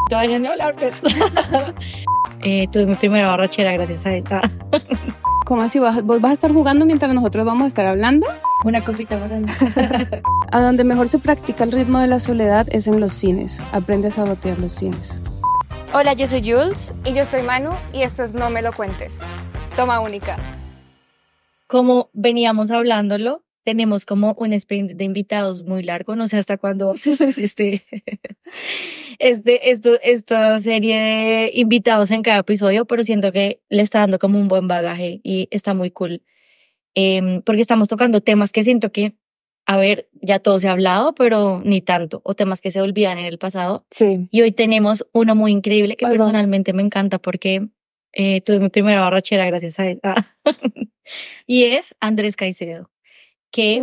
Déjenme hablar, pues. Tuve mi primera borrachera gracias a ella. ¿Cómo así? ¿Vos vas a estar jugando mientras nosotros vamos a estar hablando? Una copita para mí. A donde mejor se practica el ritmo de la soledad es en los cines. Aprende a sabotear los cines. Hola, yo soy Jules. Y yo soy Manu, y esto es No Me Lo Cuentes. Toma única. Como veníamos hablándolo, tenemos como un sprint de invitados muy largo, no sé hasta cuándo esta serie de invitados en cada episodio, pero siento que le está dando como un buen bagaje y está muy cool. Porque estamos tocando temas que siento que, a ver, ya todo se ha hablado, pero ni tanto, o temas que se olvidan en el pasado. Sí. Y hoy tenemos uno muy increíble que personalmente me encanta porque tuve mi primera borrachera gracias a él. Y es Andrés Caicedo, que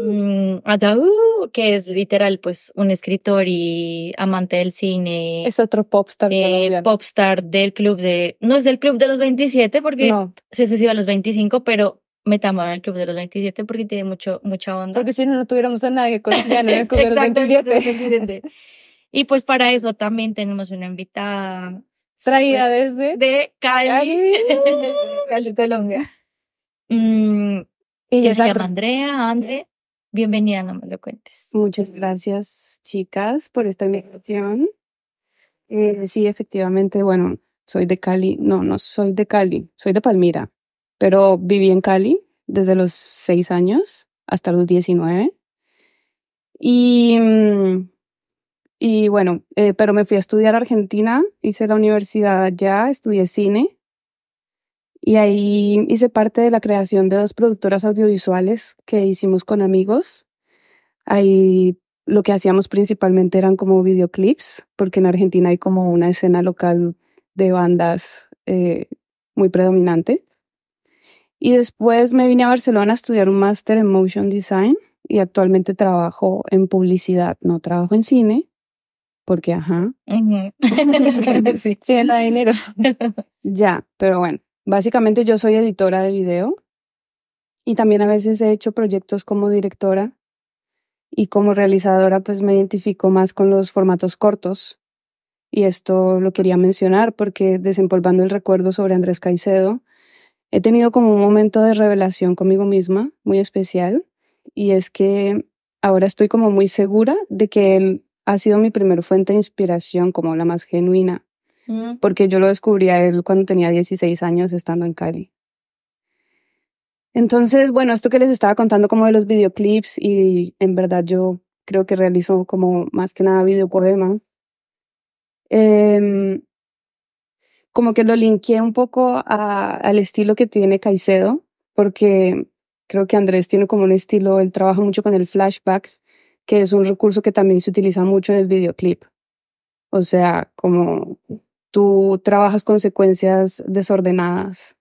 es literal pues un escritor y amante del cine. Es otro popstar. Popstar del club no es del club de los 27 porque se suicidó a los 25, pero metamos en el club de los 27 porque tiene mucha onda. Porque si no tuviéramos a nadie colombiano en el club de los 27. Y pues para eso también tenemos una invitada traída de Cali, Cali, Colombia. Ella se llama André. Bienvenida, No Me Lo Cuentes. Muchas gracias, chicas, por esta invitación. Sí, efectivamente, bueno, soy de Cali. No soy de Cali, soy de Palmira, pero viví en Cali desde los 6 años hasta los 19. Y bueno, pero me fui a estudiar a Argentina, hice la universidad allá, estudié cine. Y ahí hice parte de la creación de 2 productoras audiovisuales que hicimos con amigos. Ahí lo que hacíamos principalmente eran como videoclips, porque en Argentina hay como una escena local de bandas muy predominante. Y después me vine a Barcelona a estudiar un máster en Motion Design y actualmente trabajo en publicidad, no trabajo en cine, porque Sí, no hay dinero. Ya, pero bueno. Básicamente yo soy editora de video y también a veces he hecho proyectos como directora y como realizadora pues me identifico más con los formatos cortos y esto lo quería mencionar porque desempolvando el recuerdo sobre Andrés Caicedo he tenido como un momento de revelación conmigo misma muy especial y es que ahora estoy como muy segura de que él ha sido mi primer fuente de inspiración como la más genuina. Porque yo lo descubrí a él cuando tenía 16 años estando en Cali. Entonces, bueno, esto que les estaba contando como de los videoclips y en verdad yo creo que realizo como más que nada videopoema. Como que lo linkeé un poco al estilo que tiene Caicedo, porque creo que Andrés tiene como un estilo, él trabaja mucho con el flashback, que es un recurso que también se utiliza mucho en el videoclip. O sea, como tú trabajas con secuencias desordenadas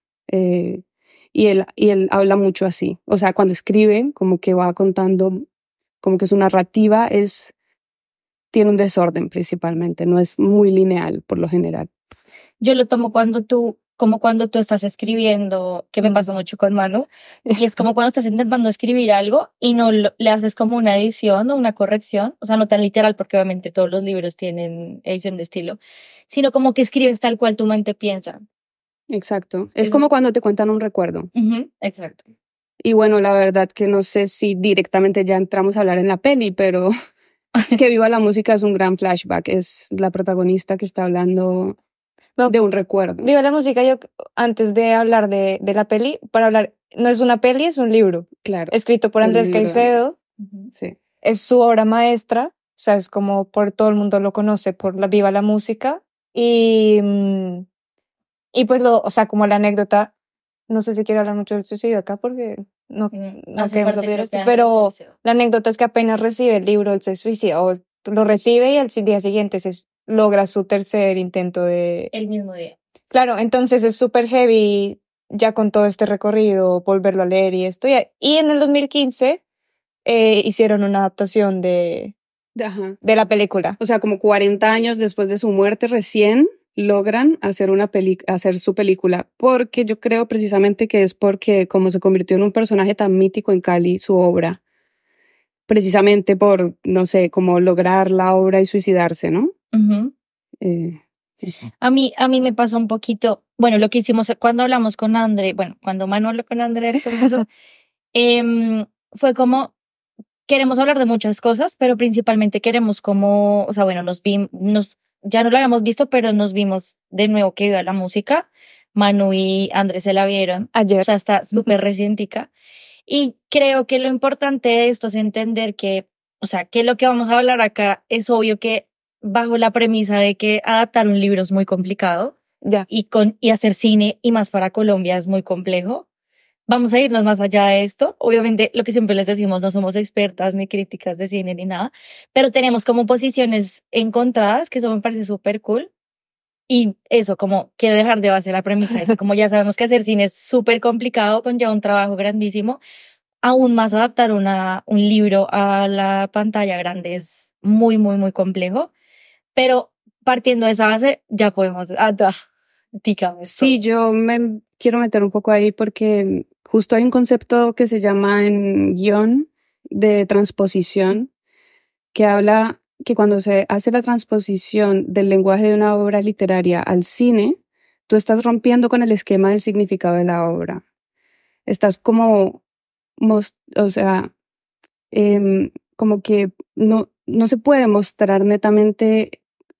y él habla mucho así. O sea, cuando escribe, como que va contando, como que su narrativa tiene un desorden principalmente, no es muy lineal por lo general. Yo lo tomo como cuando tú estás escribiendo, que me pasa mucho con Manu, y es como cuando estás intentando escribir algo y no le haces como una edición o una corrección, o sea, no tan literal porque obviamente todos los libros tienen edición de estilo, sino como que escribes tal cual tu mente piensa. Exacto. Es como cuando te cuentan un recuerdo. Exacto. Y bueno, la verdad que no sé si directamente ya entramos a hablar en la peli, pero que Viva la Música es un gran flashback. Es la protagonista que está hablando de un recuerdo. Viva la Música, yo antes de hablar de la peli, no es una peli, es un libro. Claro. Escrito por Andrés Caicedo. Sí. Es su obra maestra, o sea, es como por todo el mundo lo conoce por la Viva la Música. Y pues o sea, como la anécdota, no sé si quiero hablar mucho del suicidio acá porque no queremos olvidar esto, pero la anécdota es que apenas recibe el libro, él se suicida, o lo recibe y al día siguiente logra su tercer intento el mismo día. Claro, entonces es súper heavy ya con todo este recorrido, volverlo a leer y esto. Y en el 2015 hicieron una adaptación de la película. O sea, como 40 años después de su muerte recién logran hacer hacer su película, porque yo creo precisamente que es porque como se convirtió en un personaje tan mítico en Cali, su obra, precisamente por, no sé, como lograr la obra y suicidarse, ¿no? A mí me pasó un poquito, bueno, lo que hicimos cuando hablamos con André, bueno, cuando Manu habló con André, fue como, queremos hablar de muchas cosas, pero principalmente queremos como, o sea, bueno, ya no lo habíamos visto, pero nos vimos de nuevo que iba la música. Manu y André se la vieron. Ayer. O sea, está súper recientica. Y creo que lo importante de esto es entender que, o sea, que lo que vamos a hablar acá es obvio que bajo la premisa de que adaptar un libro es muy complicado Ya. y hacer cine y más para Colombia es muy complejo. Vamos a irnos más allá de esto. Obviamente, lo que siempre les decimos, no somos expertas ni críticas de cine ni nada, pero tenemos como posiciones encontradas, que eso me parece súper cool. Y eso, como quiero dejar de base la premisa, eso, como ya sabemos que hacer cine es súper complicado, conlleva un trabajo grandísimo, aún más adaptar un libro a la pantalla grande es muy, muy, muy complejo. Pero partiendo de esa base, ya podemos. Dígame. Sí, yo me quiero meter un poco ahí porque justo hay un concepto que se llama en guión de transposición, que habla que cuando se hace la transposición del lenguaje de una obra literaria al cine, tú estás rompiendo con el esquema del significado de la obra. Estás como, o sea, como que no se puede mostrar netamente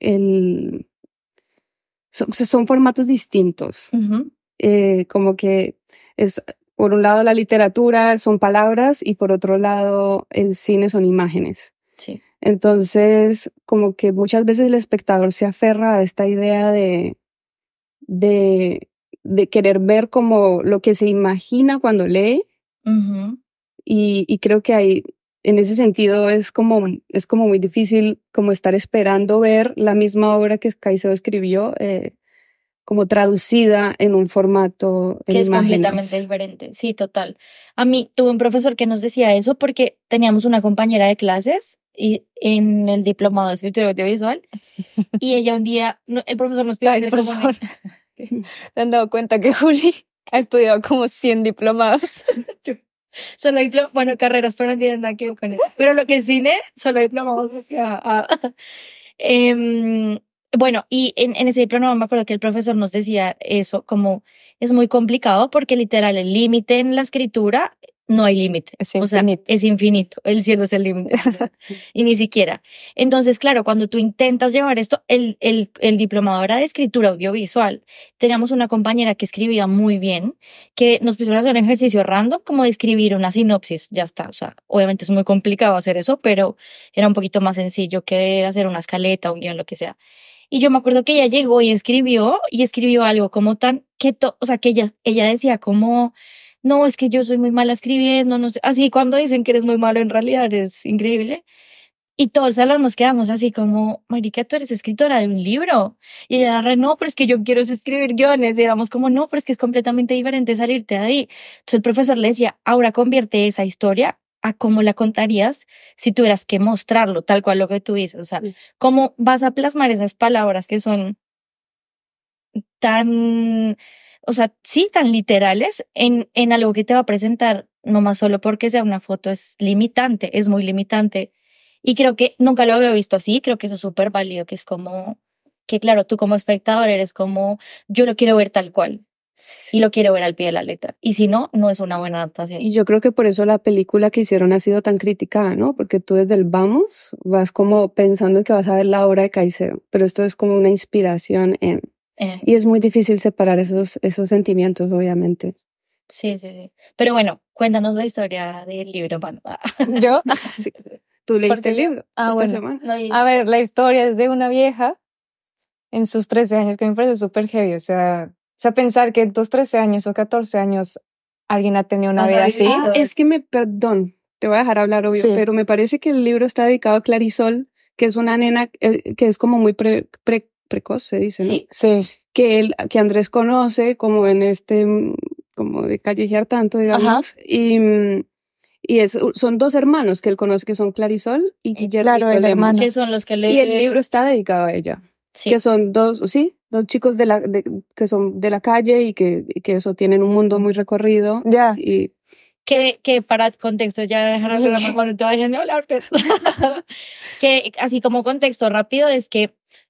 son formatos distintos. Ujú. Como que es, por un lado la literatura son palabras y por otro lado el cine son imágenes. Sí. Entonces, como que muchas veces el espectador se aferra a esta idea de querer ver como lo que se imagina cuando lee. Ujú. Y creo que en ese sentido es como muy difícil como estar esperando ver la misma obra que Caicedo escribió como traducida en un formato en Que es imágenes. completamente diferente. Sí, total. A mí tuve un profesor que nos decía eso porque teníamos una compañera de clases y en el diplomado de escritura audiovisual y ella un día, el profesor nos pidió Ay, hacer por como favor. ¿Te han dado cuenta que Juli ha estudiado como 100 diplomados? solo bueno, carreras, pero no tienen nada que ver con eso. Pero lo que es cine, solo diplomados. Bueno, y en ese diplomado me acuerdo que el profesor nos decía eso, como es muy complicado porque literal el límite en la escritura no hay límite. Es O sea, infinito. es infinito. El cielo es el límite. Y ni siquiera. Entonces, claro, cuando tú intentas llevar esto, el diplomado era de escritura audiovisual. Teníamos una compañera que escribía muy bien, que nos puso a hacer un ejercicio random, como de escribir una sinopsis. Ya está. O sea, obviamente es muy complicado hacer eso, pero era un poquito más sencillo que hacer una escaleta, un guión, lo que sea. Y yo me acuerdo que ella llegó y escribió algo como tan, o sea, que ella decía como, no, es que yo soy muy mala escribiendo, no sé, así cuando dicen que eres muy malo en realidad es increíble. Y todo el salón nos quedamos así como, marica, tú eres escritora de un libro. Y ella era no, pero es que yo quiero escribir guiones. Y éramos como, no, pero es que es completamente diferente salirte de ahí. Entonces el profesor le decía, ahora convierte esa historia a cómo la contarías si tuvieras que mostrarlo, tal cual lo que tú dices. O sea, cómo vas a plasmar esas palabras que son tan, o sea, sí, tan literales en algo que te va a presentar, no más solo porque sea una foto, es limitante, es muy limitante. Y creo que nunca lo había visto así, creo que eso es súper válido, que es como, que claro, tú como espectador eres como, yo lo quiero ver tal cual. Y lo quiero ver al pie de la letra. Y si no, no es una buena adaptación. Y yo creo que por eso la película que hicieron ha sido tan criticada, ¿no? Porque tú desde el vamos vas como pensando que vas a ver la obra de Caicedo, pero esto es como una inspiración en... Y es muy difícil separar esos sentimientos, obviamente. Sí, sí, sí. Pero bueno, cuéntanos la historia del libro, Manu. ¿Yo? Sí. ¿Tú leíste el libro esta bueno. semana? No, A ver, la historia es de una vieja en sus 13 años, que me parece súper heavy. O sea, pensar que en tus 13 años o 14 años alguien ha tenido una vida así. Es que perdón, te voy a dejar hablar, obvio, Sí. pero me parece que el libro está dedicado a Clarisol, que es una nena que es como muy precoz, se dice, ¿no? Sí. Sí. Que Andrés conoce como en como de callejear tanto, digamos, y son dos hermanos que él conoce, que son Clarisol y Guillermo. Claro, el hermano. Que son los que le... Y el libro está dedicado a ella. Sí. Que son dos chicos que son de la calle y que eso tienen un mundo muy recorrido. Ya. Y Que para contexto, ya dejar la mejor, no te vayan a hablar, pero que así como contexto rápido es que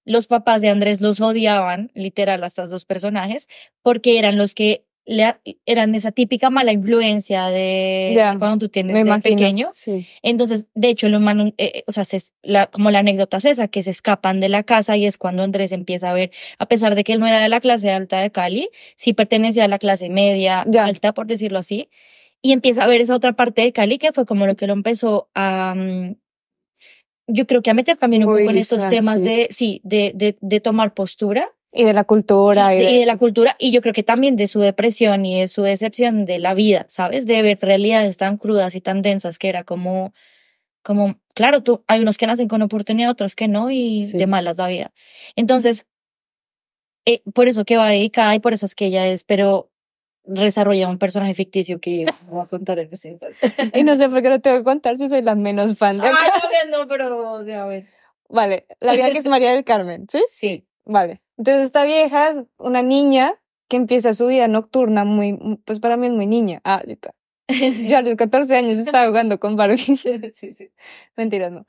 los papás de Andrés los odiaban, literal, a estos dos personajes, porque eran los que eran esa típica mala influencia de cuando tú tienes de pequeño. Sí. Entonces, de hecho, los manos, o sea, como la anécdota es esa, que se escapan de la casa y es cuando Andrés empieza a ver, a pesar de que él no era de la clase alta de Cali, sí pertenecía a la clase media alta, por decirlo así, y empieza a ver esa otra parte de Cali que fue como lo que lo empezó a... yo creo que a meter también un poco en estos temas de tomar postura. Y de la cultura. Y de la cultura, y yo creo que también de su depresión y de su decepción de la vida, ¿sabes? De ver realidades tan crudas y tan densas que era como, claro, hay unos que nacen con oportunidad, otros que no, y de malas la vida. Entonces, por eso que va dedicada y por eso es que ella es, pero desarrolla un personaje ficticio que voy a contar en ese instante. Y no sé por qué no te voy a contar si soy la menos fan de no, pero, o sea, a ver. Vale, la vieja que es María del Carmen, ¿sí? Sí. Vale. Entonces esta vieja es una niña que empieza su vida nocturna pues para mí es muy niña. Ahorita. Yo a los 14 años estaba jugando con Barbie. Sí. Mentiras, no.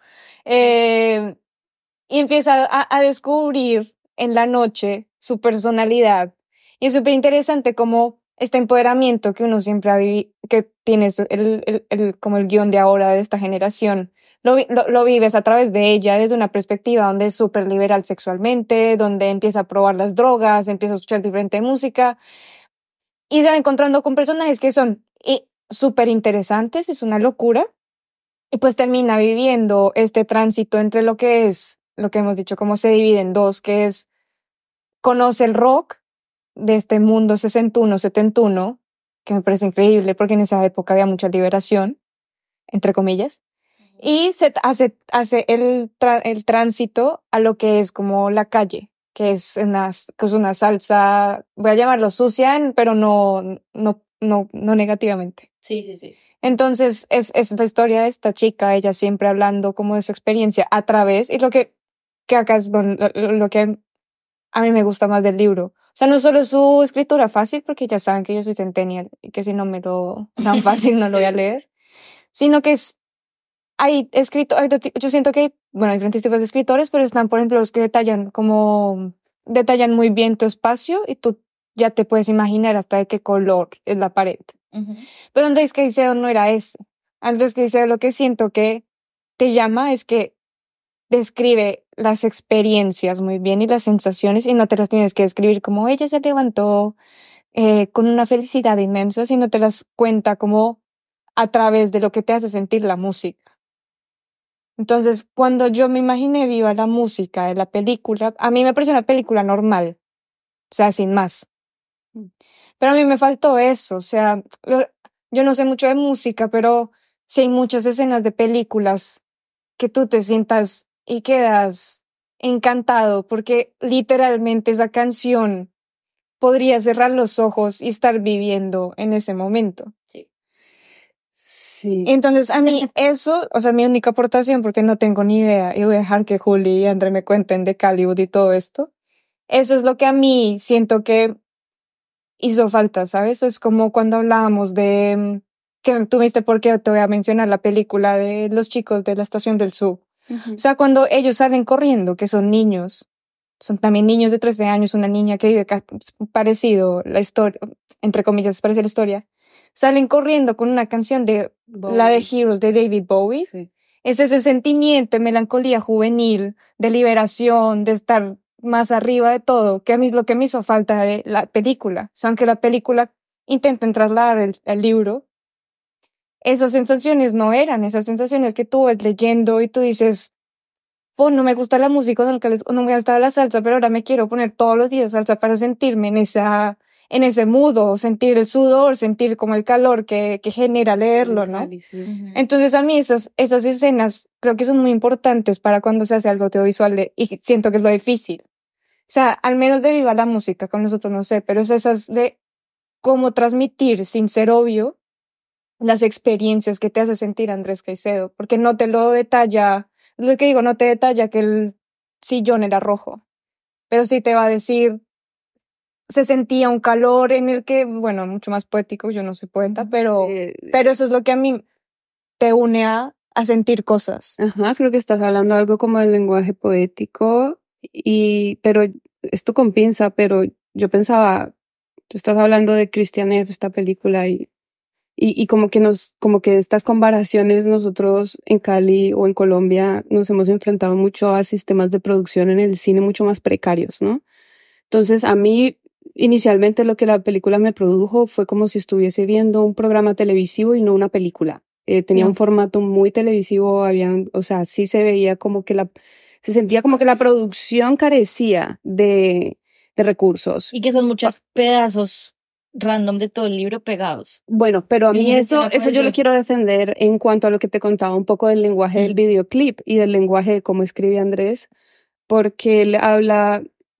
Y empieza a descubrir en la noche su personalidad. Y es súper interesante como este empoderamiento que uno siempre ha vivido, que tienes como el guión de ahora de esta generación. Lo vives a través de ella desde una perspectiva donde es súper liberal sexualmente, donde empieza a probar las drogas, empieza a escuchar diferente música y se va encontrando con personajes que son súper interesantes, es una locura, y pues termina viviendo este tránsito entre lo que es, lo que hemos dicho, cómo se divide en dos, que es conoce el rock de este mundo 61, 71, que me parece increíble porque en esa época había mucha liberación, entre comillas, y se hace el tránsito a lo que es como la calle, que es una salsa, voy a llamarlo sucia, pero no negativamente. Sí. Entonces es la historia de esta chica, ella siempre hablando como de su experiencia a través, y lo que acá es lo que a mí me gusta más del libro. O sea, no solo su escritura fácil, porque ya saben que yo soy centennial y que si no me lo dan fácil no lo voy a leer, sino que yo siento que hay diferentes tipos de escritores, pero están, por ejemplo, los que detallan muy bien tu espacio y tú ya te puedes imaginar hasta de qué color es la pared. Uh-huh. Pero Andrés Caicedo no era eso. Andrés Caicedo lo que siento que te llama es que describe las experiencias muy bien y las sensaciones y no te las tienes que describir como ella se levantó con una felicidad inmensa, sino te las cuenta como a través de lo que te hace sentir la música. Entonces, cuando yo me imaginé viva la música de la película, a mí me pareció una película normal, o sea, sin más. Pero a mí me faltó eso, o sea, yo no sé mucho de música, pero sí hay muchas escenas de películas que tú te sientas y quedas encantado porque literalmente esa canción podría cerrar los ojos y estar viviendo en ese momento. Sí. Entonces a mí eso, o sea, mi única aportación, porque no tengo ni idea, y voy a dejar que Juli y André me cuenten de Callywood y todo esto, eso es lo que a mí siento que hizo falta, ¿sabes? Es como cuando hablábamos de, que tú viste porque te voy a mencionar la película de los chicos de la estación del sur. Uh-huh. O sea, cuando ellos salen corriendo, que son niños, son también niños de 13 años, una niña que vive parecido la historia, entre comillas, parece la historia, salen corriendo con una canción de Bowie. La de Heroes de David Bowie. Sí. Es ese sentimiento de melancolía juvenil, de liberación, de estar más arriba de todo, que a mí es lo que me hizo falta de la película. O sea, aunque la película intenten trasladar el libro, esas sensaciones no eran, esas sensaciones que tú ves leyendo y tú dices, oh, no me gusta la música, no me gusta la salsa, pero ahora me quiero poner todos los días salsa para sentirme en ese mood, sentir el sudor, sentir como el calor que genera leerlo, ¿no? Sí. Uh-huh. Entonces a mí esas escenas creo que son muy importantes para cuando se hace algo audiovisual y siento que es lo difícil. O sea, al menos de Viva la Música, con nosotros no sé, pero es esas de cómo transmitir sin ser obvio las experiencias que te hace sentir Andrés Caicedo, porque no te lo detalla, lo que digo, no te detalla que el sillón era rojo, pero sí te va a decir, se sentía un calor en el que, bueno, mucho más poético, yo no soy poeta, pero eso es lo que a mí te une a sentir cosas. Ajá, creo que estás hablando algo como del lenguaje poético pero esto con pinza, pero yo pensaba, tú estás hablando de Christian F., esta película, y como que estas comparaciones nosotros en Cali o en Colombia nos hemos enfrentado mucho a sistemas de producción en el cine mucho más precarios, ¿no? Entonces a mí inicialmente lo que la película me produjo fue como si estuviese viendo un programa televisivo y no una película. Tenía un formato muy televisivo, o sea, sí se veía como que se sentía como que la producción carecía de recursos. Y que son muchos pedazos random de todo el libro pegados. Bueno, pero a mí eso yo eso lo quiero defender en cuanto a lo que te contaba un poco del lenguaje del videoclip y del lenguaje de cómo escribe Andrés, porque él habla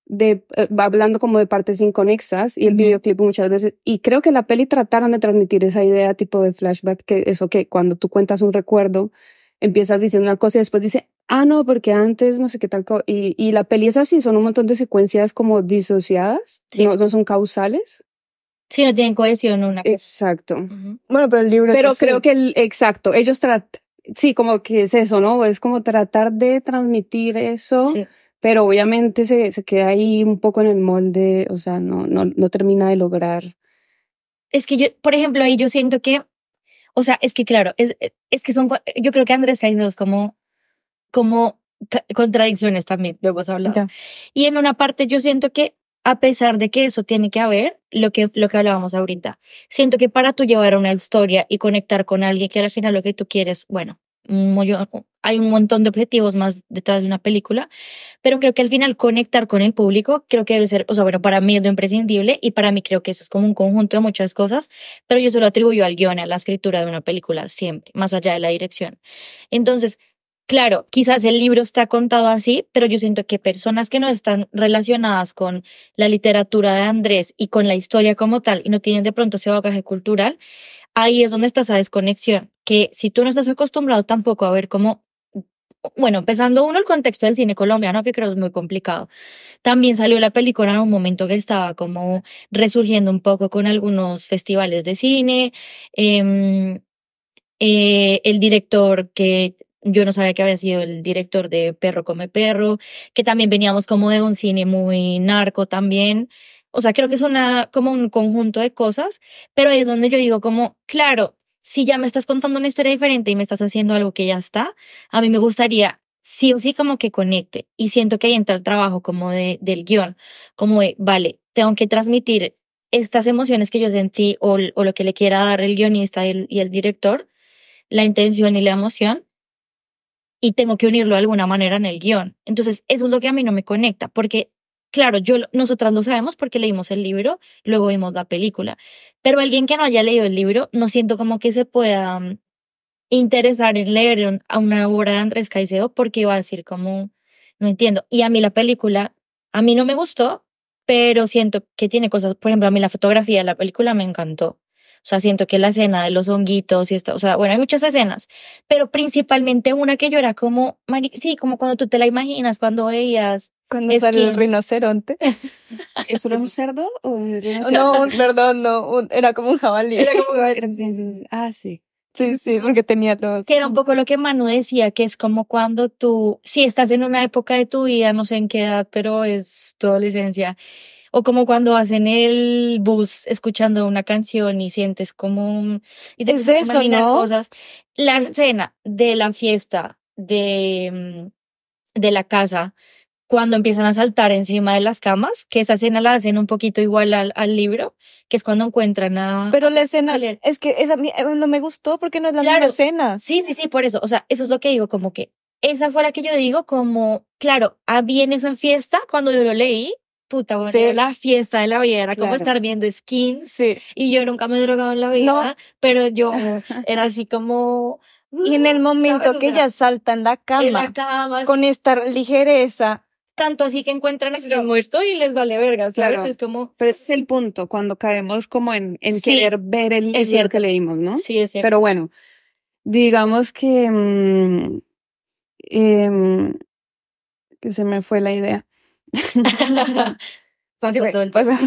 va hablando como de partes inconexas y el videoclip muchas veces, y creo que la peli trataron de transmitir esa idea tipo de flashback, que cuando tú cuentas un recuerdo, empiezas diciendo una cosa y después dice, no, porque antes no sé qué tal, y la peli es así, son un montón de secuencias como disociadas, Sí. no son causales. Sí, no tienen cohesión una. Exacto. Bueno, pero el libro Pero es creo que exacto, ellos sí, como que es eso, ¿no? Es como tratar de transmitir eso, Sí. pero obviamente se queda ahí un poco en el molde, o sea, no termina de lograr. Es que yo, por ejemplo, ahí yo siento que, o sea, es que claro, es que yo creo que Andrés Caicedo es como contradicciones también, lo hemos hablado. Ya. Y en una parte yo siento que, a pesar de que eso tiene que haber, lo que hablábamos ahorita, siento que para tú llevar una historia y conectar con alguien, que al final lo que tú quieres, bueno, hay un montón de objetivos más detrás de una película, pero creo que al final conectar con el público, creo que debe ser, o sea, bueno, para mí es lo imprescindible y para mí creo que eso es como un conjunto de muchas cosas, pero yo se lo atribuyo al guión, a la escritura de una película siempre, más allá de la dirección. Entonces, claro, quizás el libro está contado así, pero yo siento que personas que no están relacionadas con la literatura de Andrés y con la historia como tal y no tienen de pronto ese bagaje cultural, ahí es donde está esa desconexión, que si tú no estás acostumbrado tampoco a ver cómo, bueno, empezando uno el contexto del cine colombiano, que creo es muy complicado. También salió la película en un momento que estaba como resurgiendo un poco con algunos festivales de cine, el director que yo no sabía que había sido el director de Perro come perro, que también veníamos como de un cine muy narco también. O sea, creo que es como un conjunto de cosas, pero ahí es donde yo digo como, claro, si ya me estás contando una historia diferente y me estás haciendo algo que ya está, a mí me gustaría sí o sí como que conecte. Y siento que ahí entra el trabajo como del guión, como de, vale, tengo que transmitir estas emociones que yo sentí o lo que le quiera dar el guionista y el director, la intención y la emoción, y tengo que unirlo de alguna manera en el guión. Entonces, eso es lo que a mí no me conecta, porque, claro, nosotras lo sabemos porque leímos el libro, luego vimos la película, pero alguien que no haya leído el libro, no siento como que se pueda interesar en leer a una obra de Andrés Caicedo porque va a decir como, no entiendo. Y a mí la película, a mí no me gustó, pero siento que tiene cosas, por ejemplo, a mí la fotografía de la película me encantó. O sea, siento que la escena de los honguitos y o sea, bueno, hay muchas escenas, pero principalmente una que yo era como, sí, como cuando tú te la imaginas, cuando veías. Cuando sale el rinoceronte. ¿Eso era un cerdo o un rinoceronte? No, perdón, no, era como un jabalí. Era como sí. Sí. Sí, porque tenía los... Que era un poco lo que Manu decía, que es como cuando tú, si estás en una época de tu vida, no sé en qué edad, pero es tu adolescencia, o como cuando vas en el bus escuchando una canción y sientes como... Y te es eso, ¿no? cosas. La escena de la fiesta de la casa, cuando empiezan a saltar encima de las camas, que esa escena la hacen un poquito igual al libro, que es cuando encuentran a... Pero la escena, es que esa no me gustó porque no es la misma escena. Sí, por eso, o sea, eso es lo que digo, como que esa fue la que yo digo, como, claro, había en esa fiesta, cuando yo lo leí, puta, bueno, era la fiesta de la vida, era como estar viendo Skins, y yo nunca me he drogado en la vida, pero yo era así como... Y en el momento que ella salta en la cama, con esta ligereza, tanto así que encuentran a alguien muerto y les vale verga, ¿sabes? Claro, es como... pero ese es el punto, cuando caemos como en querer ver el libro que leímos, ¿no? Sí, es cierto. Pero bueno, digamos que se me fue la idea. Pasó todo el tiempo.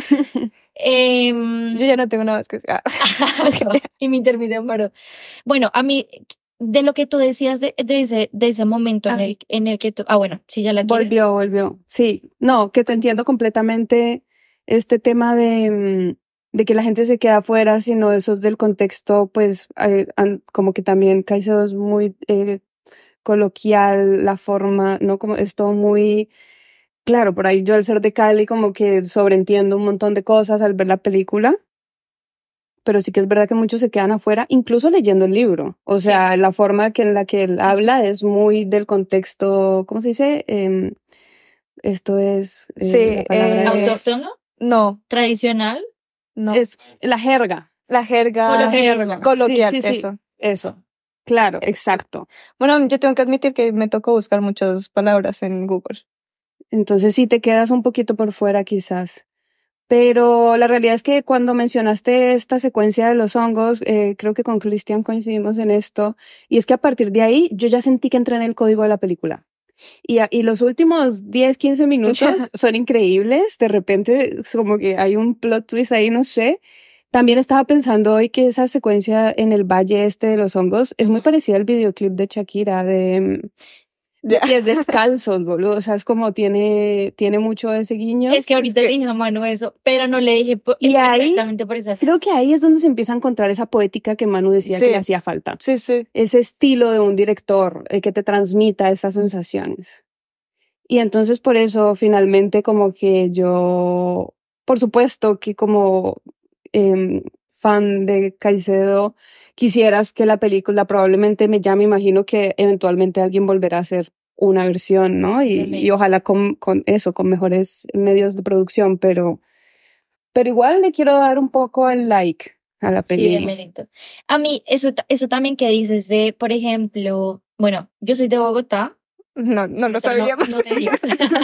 Yo ya no tengo nada más que decir. Y mi intermisión paró. Bueno, a mí, de lo que tú decías de ese momento Ah. en el que tú, bueno, sí, ya la quiero. Volvió. Sí, no, que te entiendo completamente este tema de que la gente se queda afuera, sino eso es del contexto, pues, como que también Caicedo es muy coloquial, la forma, ¿no? Como es todo muy, claro, por ahí yo al ser de Cali como que sobreentiendo un montón de cosas al ver la película, pero sí que es verdad que muchos se quedan afuera, incluso leyendo el libro. O sea, la forma en la que él habla es muy del contexto, ¿cómo se dice? Esto es Sí, la palabra es, ¿Autóctono? No, ¿Tradicional? no. es la jerga. La jerga Coloquialismo. coloquial, Sí, eso. Claro, exacto. Bueno, yo tengo que admitir que me tocó buscar muchas palabras en Google. Entonces sí te quedas un poquito por fuera quizás. Pero la realidad es que cuando mencionaste esta secuencia de los hongos, creo que con Cristian coincidimos en esto, y es que a partir de ahí yo ya sentí que entré en el código de la película. Y los últimos 10, 15 minutos son increíbles. De repente, es como que hay un plot twist ahí, no sé. También estaba pensando hoy que esa secuencia en el valle este de los hongos es muy parecida al videoclip de Shakira de Ya. pies descalzos, boludo. O sea, es como tiene mucho ese guiño. Es que ahorita le dije a Manu eso, pero no le dije Y ahí- exactamente por esa. Creo que ahí es donde se empieza a encontrar esa poética que Manu decía Sí. que le hacía falta. Sí, sí. Ese estilo de un director que te transmita esas sensaciones. Y entonces por eso finalmente como que yo, por supuesto que como fan de Caicedo, quisieras que la película probablemente ya me imagino que eventualmente alguien volverá a hacer una versión, ¿no? Y ojalá con eso, con mejores medios de producción, pero igual le quiero dar un poco el like a la Sí, película. bienvenido. A mí, eso también que dices de, por ejemplo, bueno, yo soy de Bogotá. No lo sabíamos. No te digas.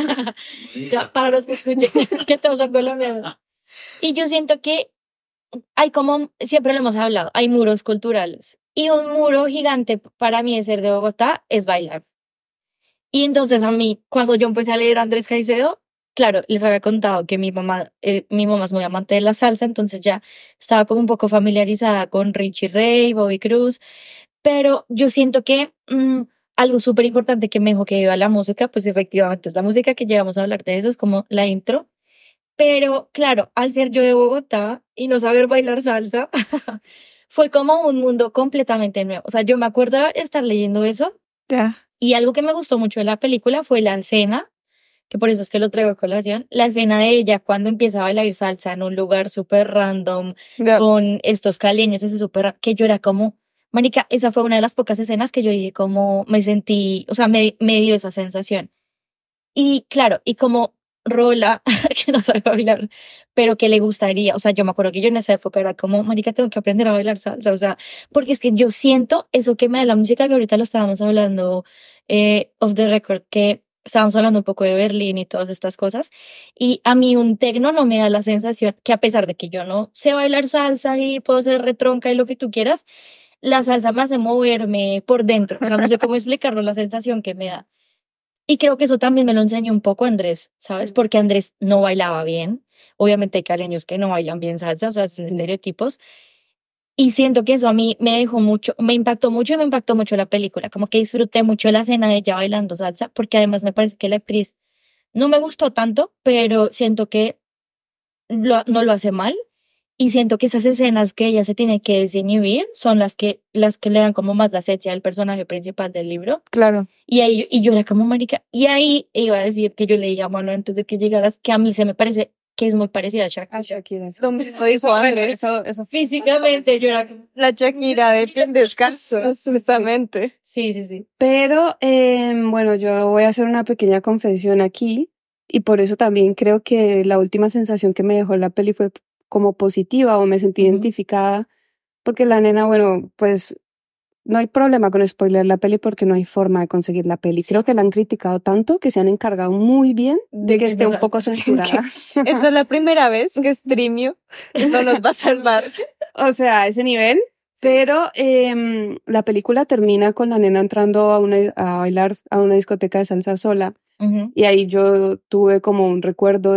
Ya, para los que escuchen, que todos son colombianos. Y yo siento que hay como, siempre lo hemos hablado, hay muros culturales. Y un muro gigante para mí de ser de Bogotá es bailar. Y entonces a mí, cuando yo empecé a leer a Andrés Caicedo, claro, les había contado que mi mamá es muy amante de la salsa, entonces ya estaba como un poco familiarizada con Richie Ray, Bobby Cruz, pero yo siento que algo súper importante que me dijo que iba la música, pues efectivamente es la música, que llegamos a hablar de eso, es como la intro. Pero claro, al ser yo de Bogotá y no saber bailar salsa, fue como un mundo completamente nuevo. O sea, yo me acuerdo de estar leyendo eso Ya. y algo que me gustó mucho de la película fue la escena, que por eso es que lo traigo a colación, la escena de ella cuando empieza a bailar salsa en un lugar súper random, Ya. con estos caleños, ese súper, que yo era como, marica, esa fue una de las pocas escenas que yo dije como me sentí, o sea, me dio esa sensación. Y claro, y como Rola, que no sabe bailar, pero que le gustaría, o sea, yo me acuerdo que yo en esa época era como, marica, tengo que aprender a bailar salsa, o sea, porque es que yo siento eso que me da la música, que ahorita lo estábamos hablando off the record, que estábamos hablando un poco de Berlín y todas estas cosas, y a mí un tecno no me da la sensación que, a pesar de que yo no sé bailar salsa y puedo ser retronca y lo que tú quieras, la salsa me hace moverme por dentro, o sea, no sé cómo explicarlo, la sensación que me da. Y creo que eso también me lo enseñó un poco Andrés, ¿sabes? Porque Andrés no bailaba bien. Obviamente hay caleños que no bailan bien salsa, o sea, son estereotipos. Y siento que eso a mí me dejó mucho, me impactó mucho y me impactó mucho la película. Como que disfruté mucho la escena de ella bailando salsa, porque además me parece que la actriz no me gustó tanto, pero siento que no lo hace mal. Y siento que esas escenas que ella se tiene que desinhibir son las que le dan como más la esencia al personaje principal del libro. Claro. Y ahí, y yo era como marica. Y ahí iba a decir que yo le dije a Manu antes de que llegaras que a mí se me parece que es muy parecida a Shakira. A Shakira. Lo mismo dijo Andrés. Eso Físicamente yo era como, La Shakira de pies descalzos, justamente. sí, sí, sí. Pero bueno, yo voy a hacer una pequeña confesión aquí y por eso también creo que la última sensación que me dejó la peli fue como positiva o me sentí identificada porque la nena, bueno, pues no hay problema con spoiler la peli porque no hay forma de conseguir la peli. Creo que la han criticado tanto que se han encargado muy bien de que esté un poco censurada. Esta es la primera vez que Streamio no nos va a salvar. O sea, a ese nivel. Pero la película termina con la nena entrando a bailar a una discoteca de salsa sola. Y ahí yo tuve como un recuerdo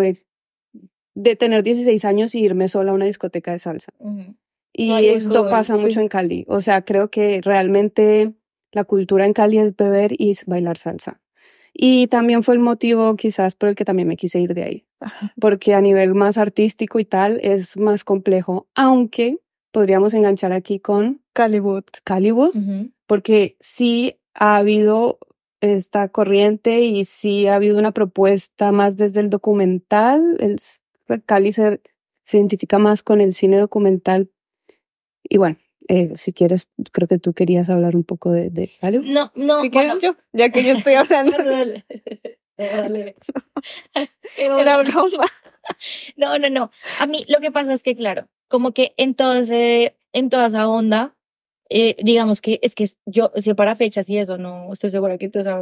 de tener 16 años y irme sola a una discoteca de salsa. Y Ay, esto cool, pasa mucho en Cali. O sea, creo que realmente La cultura en Cali es beber y bailar salsa. Y también fue el motivo quizás por el que también me quise ir de ahí. Porque a nivel más artístico y tal es más complejo, aunque podríamos enganchar aquí con Caliwood. Ujú. Porque sí ha habido esta corriente y sí ha habido una propuesta más desde el documental. Cali se identifica más con el cine documental. Y bueno, si quieres, creo que tú querías hablar un poco de Cali. No, Si bueno. quieren yo, ya que yo estoy hablando. Dale. Dale. Era broma. No. A mí lo que pasa es que, claro, como que en toda esa onda, digamos que es que yo sé para fechas y eso, no estoy segura que tú sabes.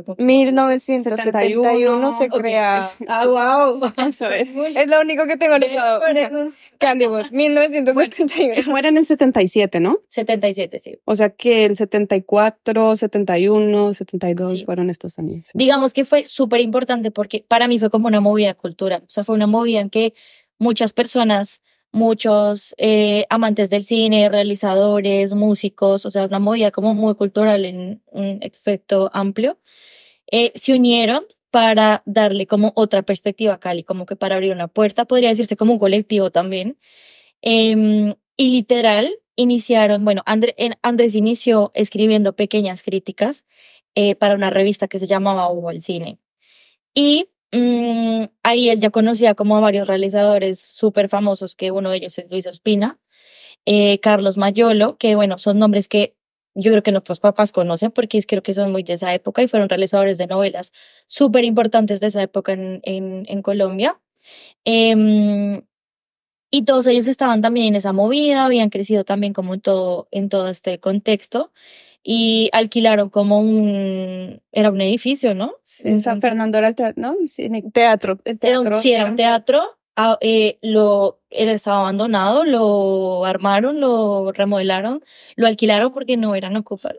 1971 se Ok. crea. Ah, wow. Eso es. Es lo único que tengo anotado. Por eso. Caliwood, 1971. Él muere en el 77, ¿no? 77, sí. O sea que el 74, 71, 72 Sí. fueron estos años. Sí. Digamos que fue súper importante porque para mí fue como una movida cultural. O sea, fue una movida en que muchas personas, muchos amantes del cine, realizadores, músicos, o sea, una movida como muy cultural en un efecto amplio, se unieron para darle como otra perspectiva a Cali, como que para abrir una puerta, podría decirse como un colectivo también. Y literal, iniciaron, bueno, Andrés inició escribiendo pequeñas críticas para una revista que se llamaba Ojo al Cine. Y ahí él ya conocía como a varios realizadores súper famosos, que uno de ellos es Luis Ospina, Carlos Mayolo, que bueno, son nombres que yo creo que nuestros papás conocen porque creo que son muy de esa época y fueron realizadores de novelas súper importantes de esa época en Colombia. Em, y todos ellos estaban también en esa movida, habían crecido también como en todo este contexto y alquilaron como era un edificio, ¿no? En San Fernando era el teatro, ¿no? Teatro. El Era un, teatro. sí, era un teatro, él estaba abandonado, lo armaron, lo remodelaron, lo alquilaron porque no eran ocupados.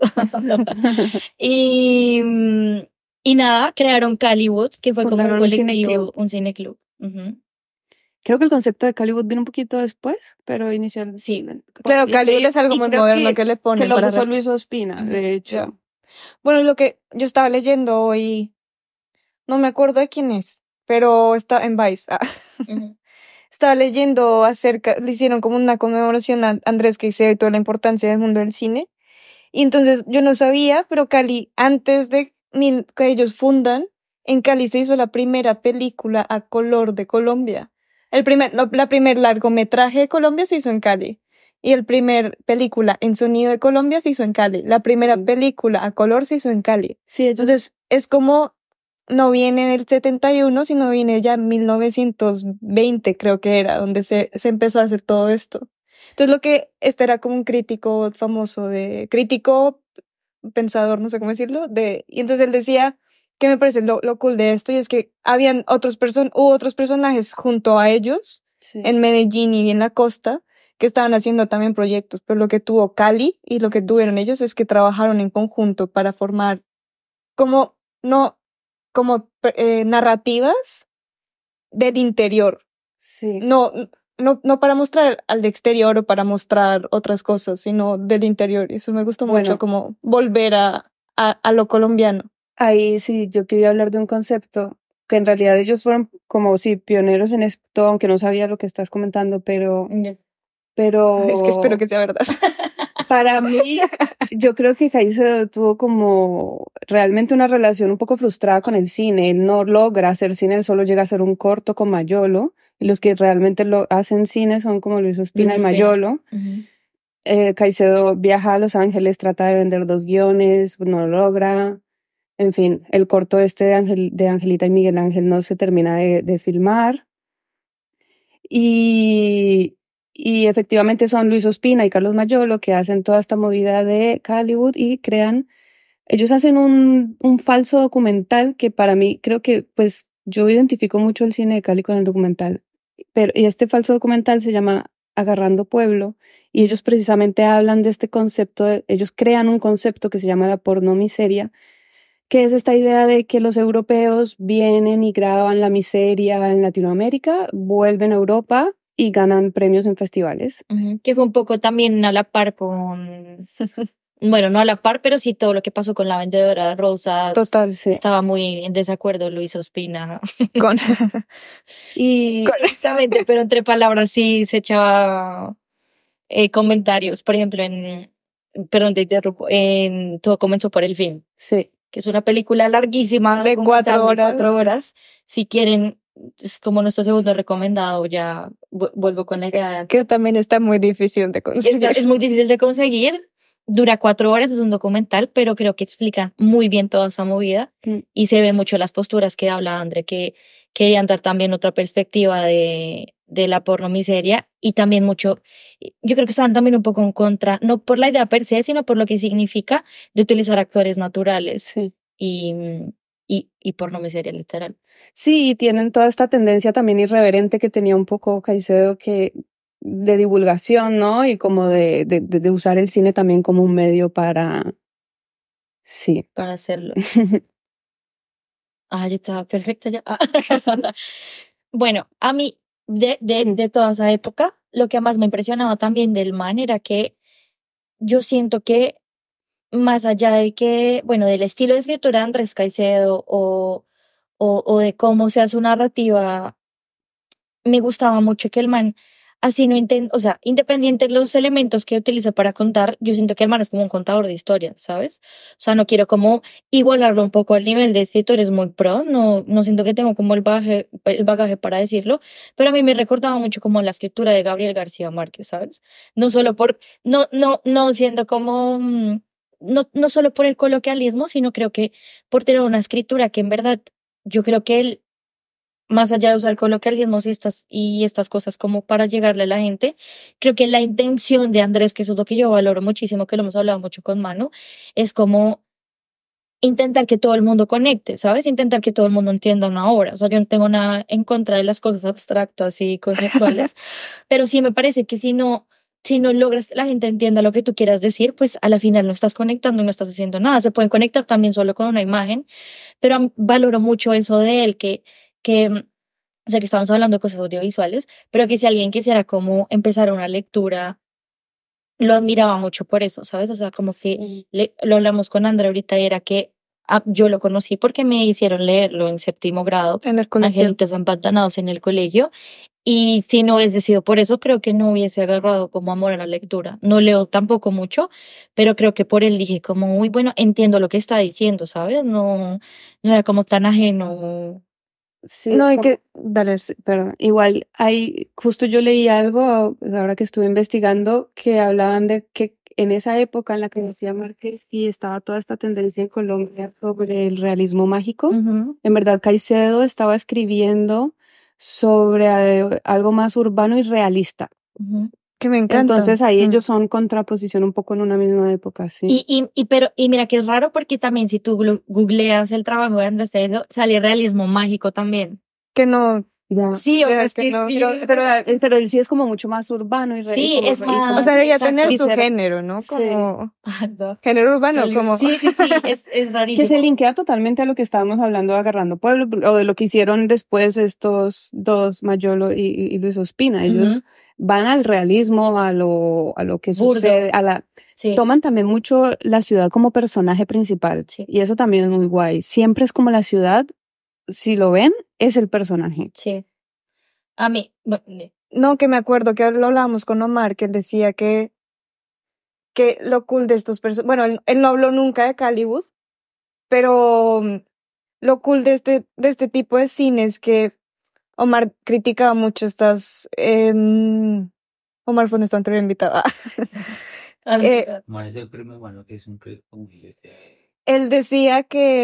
Y, y nada, crearon Caliwood, que fue como un Fundaron un colectivo, cineclub. un cineclub. Ujú. Creo que el concepto de Caliwood vino un poquito después, pero Sí. inicialmente. Claro, Caliwood es algo y muy creo moderno que le ponen que lo para puso Luis Ospina, de hecho. Ya. Bueno, lo que yo estaba leyendo hoy, no me acuerdo de quién es, pero está en Vice. Ujú. Estaba leyendo le hicieron como una conmemoración a Andrés Caicedo y toda la importancia del mundo del cine. Y entonces yo no sabía, pero Cali, antes de que ellos fundan, en Cali se hizo la primera película a color de Colombia. La primer largometraje de Colombia se hizo en Cali. Y el primer película en sonido de Colombia se hizo en Cali. La primera película a color se hizo en Cali. Sí, Entonces es como, no viene del 71, sino viene ya en 1920, creo que era, donde se empezó a hacer todo esto. Entonces este era como un crítico famoso crítico, pensador, no sé cómo decirlo, y entonces él decía que me parece lo cool de esto, y es que hubo otros personajes junto a ellos, sí. en Medellín y en la costa, que estaban haciendo también proyectos, pero lo que tuvo Cali y lo que tuvieron ellos es que trabajaron en conjunto para formar narrativas del interior. Sí. No para mostrar al exterior o para mostrar otras cosas, sino del interior. Y eso me gustó mucho, como volver a lo colombiano. Ahí sí, yo quería hablar de un concepto que en realidad ellos fueron como sí pioneros en esto, aunque no sabía lo que estás comentando, pero Es que espero que sea verdad. Para mí, yo creo que Caicedo tuvo como realmente una relación un poco frustrada con el cine. Él no logra hacer cine, él solo llega a hacer un corto con Mayolo. Y los que realmente lo hacen cine son como Luis Ospina y Mayolo. Ujú. Caicedo viaja a Los Ángeles, trata de vender 2 guiones, no lo logra. En fin, el corto de Angelita y Miguel Ángel no se termina de filmar. Y efectivamente son Luis Ospina y Carlos Mayolo que hacen toda esta movida de Caliwood y ellos hacen un falso documental que para mí creo que pues yo identifico mucho el cine de Cali con el documental, y este falso documental se llama Agarrando Pueblo y ellos precisamente hablan de este concepto, ellos crean un concepto que se llama la pornomiseria, que es esta idea de que los europeos vienen y graban la miseria en Latinoamérica, vuelven a Europa y ganan premios en festivales. Que fue un poco también a la par con Bueno, no a la par, pero sí todo lo que pasó con la vendedora de rosas. Total. Sí. Estaba muy en desacuerdo Luisa Ospina. Con, Y Exactamente, pero entre palabras sí se echaba comentarios. Por ejemplo, perdón, te interrumpo, en Todo comenzó por el fin, sí, que es una película larguísima De documental 4 de 4 horas. horas. Si quieren, es como nuestro segundo recomendado, ya vuelvo con la idea de antes. que también está muy difícil de conseguir. Es muy difícil de conseguir, dura 4 horas, es un documental, pero creo que explican muy bien toda esa movida Mm. y se ven mucho las posturas que habla André, que querían dar también otra perspectiva de la pornomiseria y también mucho, yo creo que estaban también un poco en contra, no por la idea per se, sino por lo que significa de utilizar actores naturales sí. y pornomiseria literal. Sí, y tienen toda esta tendencia también irreverente que tenía un poco Caicedo que de divulgación, ¿no? Y como de usar el cine también como un medio para... Sí. Para hacerlo. Yo estaba perfecta ya. Bueno, a mí, de toda esa época, lo que más me impresionaba también del man era que yo siento que más allá de que, bueno, del estilo de escritura de Andrés Caicedo o de cómo se hace su narrativa, me gustaba mucho que el man así no o sea, independiente de los elementos que utiliza para contar, yo siento que el man es como un contador de historias, ¿sabes? O sea, no quiero como igualarlo un poco al nivel de escritores muy pro, no siento que tengo como el bagaje para decirlo, pero a mí me recordaba mucho como la escritura de Gabriel García Márquez, ¿sabes? No solo no siendo como, no solo por el coloquialismo, sino creo que por tener una escritura que en verdad, yo creo que él más allá de usar coloquialismos y estas cosas como para llegarle a la gente, creo que la intención de Andrés, que eso es lo que yo valoro muchísimo, que lo hemos hablado mucho con Manu, es como intentar que todo el mundo conecte, ¿sabes? Intentar que todo el mundo entienda una obra. O sea, yo no tengo nada en contra de las cosas abstractas y conceptuales, pero sí me parece que si no logras que la gente entienda lo que tú quieras decir, pues a la final no estás conectando, no estás haciendo nada. Se pueden conectar también solo con una imagen, pero valoro mucho eso de él, que, o sea, que estamos hablando de cosas audiovisuales, pero que si alguien quisiera como empezar una lectura, lo admiraba mucho por eso, ¿sabes? O sea, como que lo hablamos con Andrea ahorita, era que yo lo conocí porque me hicieron leerlo en 7º grado, En el colegio. Angelitos Empantanados en el colegio, y si no hubiese sido por eso, creo que no hubiese agarrado como amor a la lectura. No leo tampoco mucho, pero creo que por él dije como, muy bueno, entiendo lo que está diciendo, ¿sabes? No era como tan ajeno. Sí, No, es hay como- que, dale, Perdón, igual justo yo leí algo, ahora que estuve investigando, que hablaban de que en esa época en la que decía Márquez y estaba toda esta tendencia en Colombia sobre el realismo mágico, Ujú, en verdad Caicedo estaba escribiendo sobre algo más urbano y realista. ujú. que me encanta. Entonces ahí ellos son contraposición un poco en una misma época, sí. Y mira que es raro porque también si tú googleas el trabajo de Andrés Caicedo, sale realismo mágico también. Que no, Ya. Sí, o sea, es que no. Pero él sí es como mucho más urbano y Sí, como- es y más- como- O sea, debería Exacto. tener y su ser- género, ¿no? sí. Como No. género urbano, como Sí, es Que se rarísimo. linkea totalmente a lo que estábamos hablando de Agarrando Pueblo, o de lo que hicieron después estos dos, Mayolo y Luis Ospina. Ellos Ujú. van al realismo, a lo que Burdo. sucede, Sí, toman también mucho la ciudad como personaje principal. Sí. Y eso también es muy guay. Siempre es como la ciudad, si lo ven, es el personaje. sí. A mí, bueno, no, que me acuerdo que lo hablábamos con Omar, que él decía que lo cool de estos personajes, bueno, él no habló nunca de Callywood, pero lo cool de este tipo de cine es que Omar criticaba mucho Omar fue nuestro anterior invitado. Omar es el primo hermano que es un como Él decía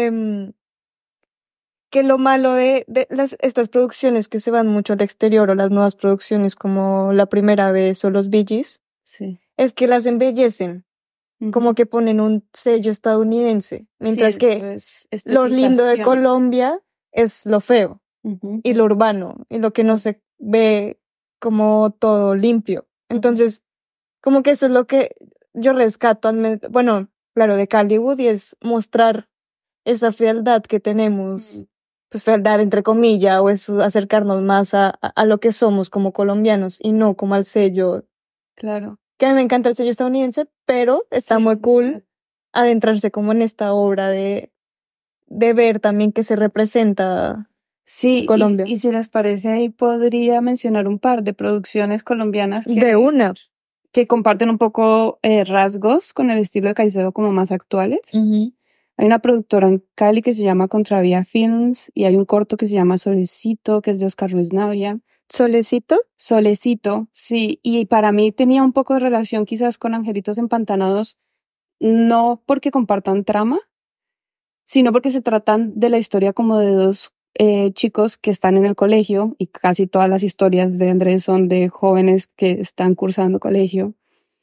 que lo malo de estas producciones que se van mucho al exterior o las nuevas producciones como La Primera Vez o Los Bee Gees, Sí. es que las embellecen, como que ponen un sello estadounidense, mientras que lo lindo de Colombia es lo feo y lo urbano y lo que no se ve como todo limpio. Entonces, como que eso es lo que yo rescato, bueno, claro, de Callywood, y es mostrar esa fealdad que tenemos, pues fealdad entre comillas, o es acercarnos más a lo que somos como colombianos y no como al sello Claro. que a mí me encanta el sello estadounidense, pero está muy cool adentrarse como en esta obra de ver también que se representa Sí, Colombia. y si les parece ahí podría mencionar un par de producciones colombianas De una. que comparten un poco rasgos con el estilo de Caicedo como más actuales. Ujú. Hay una productora en Cali que se llama Contravía Films y hay un corto que se llama Solecito, que es de Oscar Ruiz Navia. Solecito. Solecito, sí, y para mí tenía un poco de relación quizás con Angelitos Empantanados, no porque compartan trama, sino porque se tratan de la historia como de dos chicos que están en el colegio y casi todas las historias de Andrés son de jóvenes que están cursando colegio.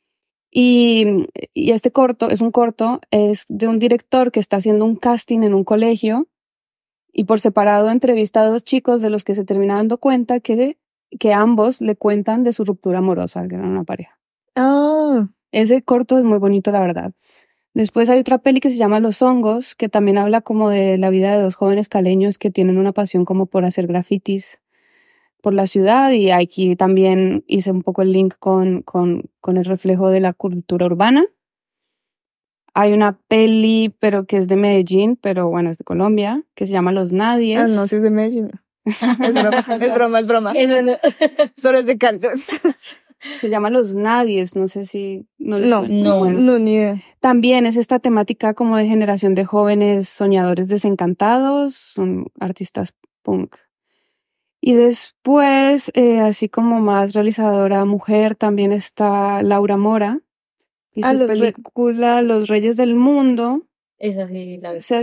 Y este corto, es de un director que está haciendo un casting en un colegio y por separado entrevista a dos chicos de los que se termina dando cuenta que ambos le cuentan de su ruptura amorosa, que eran una pareja. Ah, Ese corto es muy bonito, la verdad. Después hay otra peli que se llama Los Hongos, que también habla como de la vida de dos jóvenes caleños que tienen una pasión como por hacer grafitis por la ciudad y aquí también hice un poco el link con el reflejo de la cultura urbana. Hay una peli, pero que es de Medellín, pero bueno, es de Colombia, que se llama Los Nadies. no, sí es de Medellín. Es broma, es broma. Solo es de Caldos. Se llama Los Nadies, no sé si no les suena. No. Bueno, No, ni idea. también es esta temática como de generación de jóvenes soñadores desencantados, son artistas punk. Y después, así como más realizadora mujer, también está Laura Mora y su película Los Reyes del Mundo. Esa sí la veo.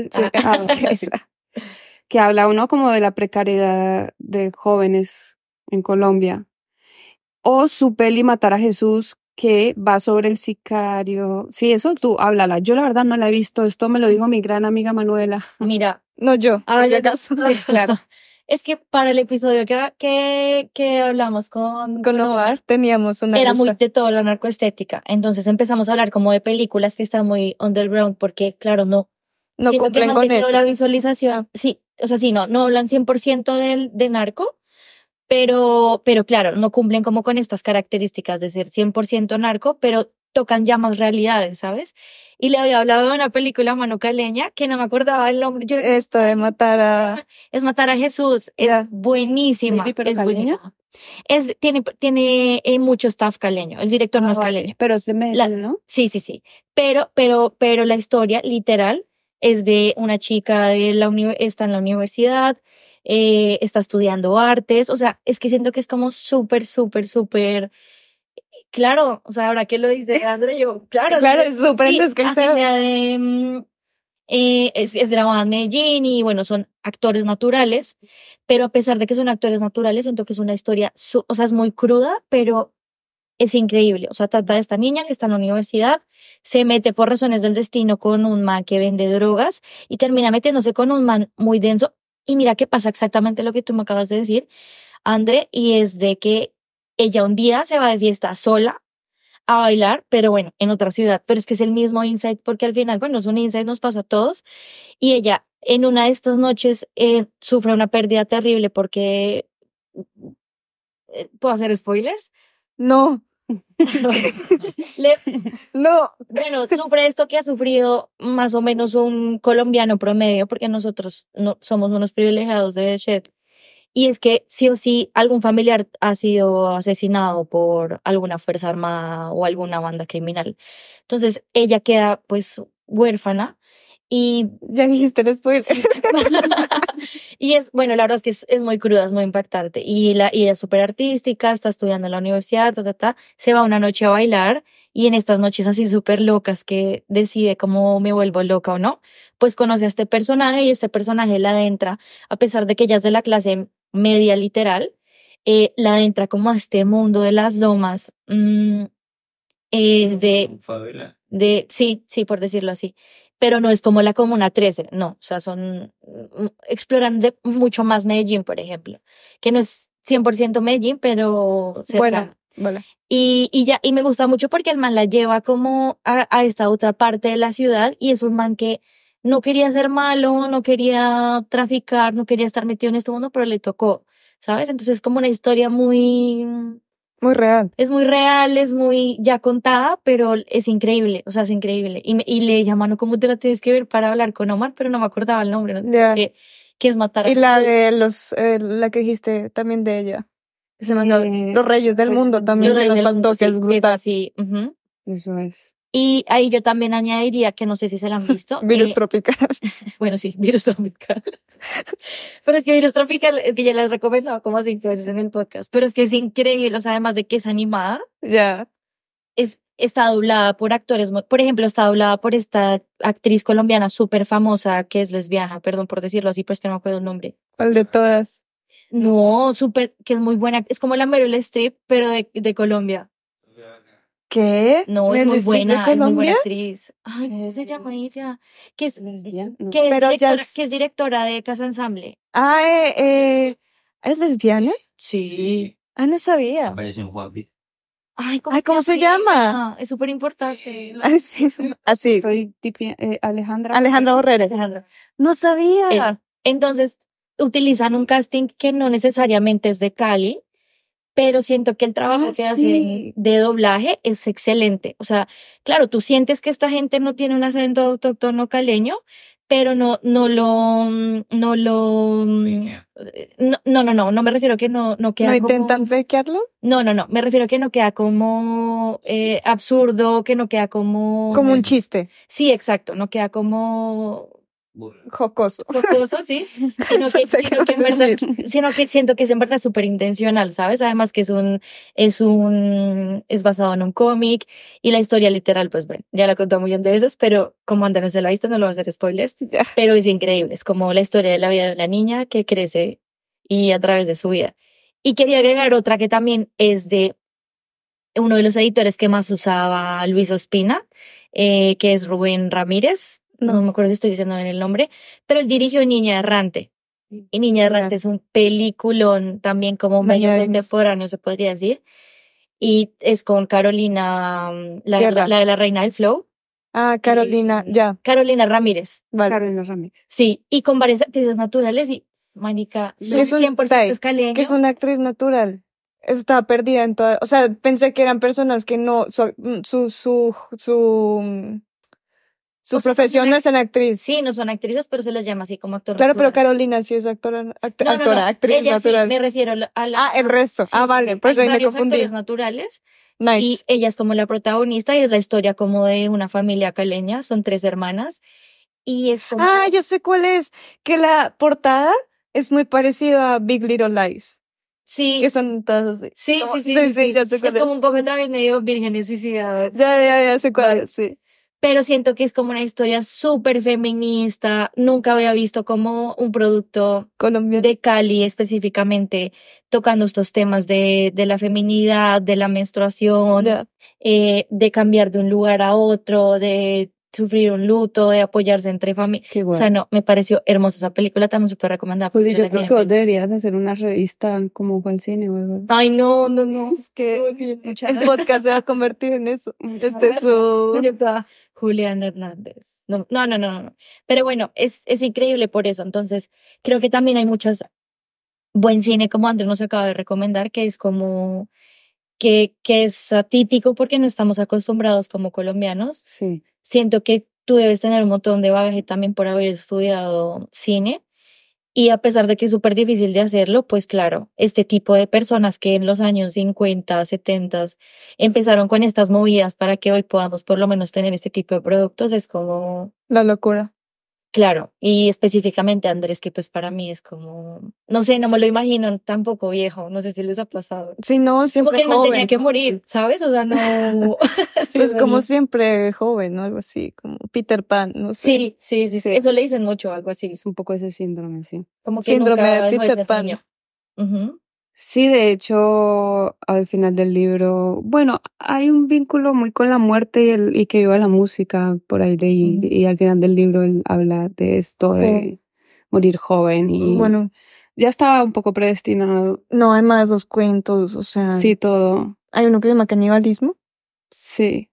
Que habla uno como de la precariedad de jóvenes en Colombia. O su peli Matar a Jesús, que va sobre el sicario. Sí, eso tú háblala. Yo la verdad no la he visto. Esto me lo dijo mi gran amiga Manuela. Mira, No yo. Claro. es que para el episodio que hablamos con Omar teníamos una era lista. muy de toda la narcoestética. Entonces empezamos a hablar como de películas que están muy underground porque, claro, no No siento que cumplen no han con tenido eso. la visualización. Sí, o sea, sí, no hablan 100% de narco, pero claro, no cumplen como con estas características de ser 100% narco, pero tocan ya más realidades, ¿sabes? Y le había hablado de una película mano caleña que no me acordaba el nombre. Esto de matar a... Es Matar a Jesús. Es Ya. buenísima. Baby, pero es caleña. buenísima. Tiene mucho staff caleño. El director no es Vale. caleño. Pero es de Medellín, ¿no? Sí. Pero la historia literal es de una chica está en la universidad, está estudiando artes. O sea, es que siento que es como súper, claro. O sea, ahora que lo dice André, yo, claro. Claro, es súper sí, así descansado. sea de, es grabada en Medellín y bueno, son actores naturales, pero a pesar de que son actores naturales, siento que es una historia, o sea, es muy cruda, pero es increíble. O sea, trata de esta niña que está en la universidad, se mete por razones del destino con un man que vende drogas y termina metiéndose con un man muy denso. Y mira que pasa exactamente lo que tú me acabas de decir, André, y es de que ella un día se va de fiesta sola a bailar, pero bueno, en otra ciudad. Pero es que es el mismo insight porque al final, bueno, es un insight, nos pasa a todos. Y ella en una de estas noches sufre una pérdida terrible porque... ¿Puedo hacer spoilers? No. No. Bueno, sufre esto que ha sufrido más o menos un colombiano promedio, porque nosotros no somos unos privilegiados de Shed. Y es que sí o sí algún familiar ha sido asesinado por alguna fuerza armada o alguna banda criminal. Entonces ella queda pues huérfana y Ya dijiste después. y es, bueno, la verdad es que es muy cruda, es muy impactante. Y ella es súper artística, está estudiando en la universidad, se va una noche a bailar y en estas noches así súper locas que decide cómo me vuelvo loca o no, pues conoce a este personaje y este personaje la adentra, a pesar de que ella es de la clase media literal, la adentra como a este mundo de las lomas, Favela. sí, por decirlo así. Pero no es como la Comuna 13, no, o sea, exploran mucho más Medellín, por ejemplo, que no es 100% Medellín, pero cercano. Bueno. Y me gusta mucho porque el man la lleva como a esta otra parte de la ciudad y es un man que no quería ser malo, no quería traficar, no quería estar metido en este mundo, pero le tocó, ¿sabes? Entonces es como una historia muy, Muy real. Es muy real, es muy ya contada, pero es increíble, o sea, es increíble. Y le dije a Manu, ¿cómo te la tienes que ver para hablar con Omar? Pero no me acordaba el nombre, ¿no? Ya. Que es matar a Y la de la que dijiste también de ella. Que se llama Los Reyes del Mundo también, Los que Reyes nos del faltó, Mundo, que sí, es brutal. así. Ujú. Eso es. Y ahí yo también añadiría, que no sé si se la han visto. Virus tropical. Bueno, sí, Virus Tropical. Pero es que Virus Tropical, que ya la he recomendado como 5 veces en el podcast, pero es que es increíble, o sea, además de que es animada, Ya. está doblada por actores, por ejemplo, está doblada por esta actriz colombiana súper famosa que es lesbiana, perdón por decirlo así, pero es que no me acuerdo el nombre. ¿Cuál de todas? No, súper, que es muy buena, es como la Meryl Streep, pero de Colombia. ¿Qué? No, es ¿Meryl muy Streep de buena, es muy buena Colombia? actriz. Ay, ¿cómo se llama ella? Que es, ¿Lesbiana? No. que es Pero ya directora, es- que es directora de Casa Ensamble. Ah, ¿es lesbiana? Sí. Ah, no sabía. Aparece en Juanpi. Ay, ¿cómo se llama? ella? Es súper importante. Así. Así. Soy Alejandra. Alejandra Borrero. Alejandra. No sabía. Entonces, utilizan un casting que no necesariamente es de Cali, pero siento que el trabajo Ah, que sí. hacen de doblaje es excelente. O sea, claro, tú sientes que esta gente no tiene un acento autóctono caleño, pero no me refiero a que no queda ¿No como, intentan fakearlo? no, me refiero a que no queda como absurdo, que no queda como, Como un chiste. sí, exacto, no queda como Jocoso. jocoso, sí, No sé qué sino que siento que es en verdad súper intencional, ¿sabes? Además que es basado en un cómic y la historia literal, pues bueno, ya la he contado un millón de veces, pero como antes no se la ha visto, no lo voy a hacer spoilers, Ya. pero es increíble, es como la historia de la vida de una niña que crece y a través de su vida. Y quería agregar otra que también es de uno de los editores que más usaba Luis Ospina, que es Rubén Ramírez. No me acuerdo si estoy diciendo bien el nombre, pero él dirigió Niña Errante. Y Niña Errante es un peliculón también como medio Vaya, contemporáneo, se podría decir. Y es con Carolina, Guerra. la de la Reina del Flow. Ah, Carolina, ya. Carolina Ramírez. Vale. Carolina Ramírez. Sí, y con varias actrices naturales y, manica, son Es un 100% type, escaleño. que es una actriz natural. Estaba perdida en toda, o sea, pensé que eran personas que no, su O sea, profesión no es ser actriz. Sí, no son actrices, pero se les llama así como actor Claro, pero natural. Carolina sí es actora, No, actriz ella natural. sí, me refiero a la... Ah, el resto. Sí, Ah, sí, vale, sí. pues Hay ahí me varios confundí. actores naturales y Nice. ella es como la protagonista y es la historia como de una familia caleña, son 3 hermanas y es como... Ah, yo sé cuál es. Que la portada es muy parecida a Big Little Lies. sí, Que son todas así. sí, Como- sí, sí, sí, ya sé cuál es como un poco también medio vírgenes suicidadas. Ya sé cuál es, sí. Pero siento que es como una historia súper feminista. Nunca había visto como un producto Colombiana. de Cali específicamente tocando estos temas de la feminidad, de la menstruación, Ya. de cambiar de un lugar a otro, de sufrir un luto, de apoyarse entre familias. Qué O guay. sea, no, me pareció hermosa esa película, también súper recomendada. Pues yo creo que vos deberías hacer una revista como fue el cine o algo. Ay, no, Es que el podcast se va a convertir en eso. Este es su... Julián Hernández. No. Pero bueno, es increíble por eso. Entonces, creo que también hay muchos buen cine, como Andrés nos acaba de recomendar, que es como que es atípico porque no estamos acostumbrados como colombianos. Sí. Siento que tú debes tener un montón de bagaje también por haber estudiado cine. Y a pesar de que es súper difícil de hacerlo, pues claro, este tipo de personas que en los años 50, 70 empezaron con estas movidas para que hoy podamos por lo menos tener este tipo de productos, es como, La locura. claro, y específicamente Andrés, que pues para mí es como, no sé, no me lo imagino tampoco viejo, no sé si les ha pasado. Sí, no, Como siempre que él no tenía joven. que morir, ¿sabes? O sea, no... Pues como siempre joven, ¿no? Algo así, como Peter Pan, no sé. Sí. Eso le dicen mucho, algo así. Es un poco ese síndrome, sí. Como que Síndrome nunca de dejó Peter ser Pan. niño. Ujú. Sí, de hecho, al final del libro, bueno, hay un vínculo muy con la muerte y que viva la música, por ahí leí, Ujú. y al final del libro él habla de esto, de morir joven y Bueno, ya estaba un poco predestinado. no, además los cuentos, o sea, Sí, todo. hay uno que se llama Canibalismo. Sí.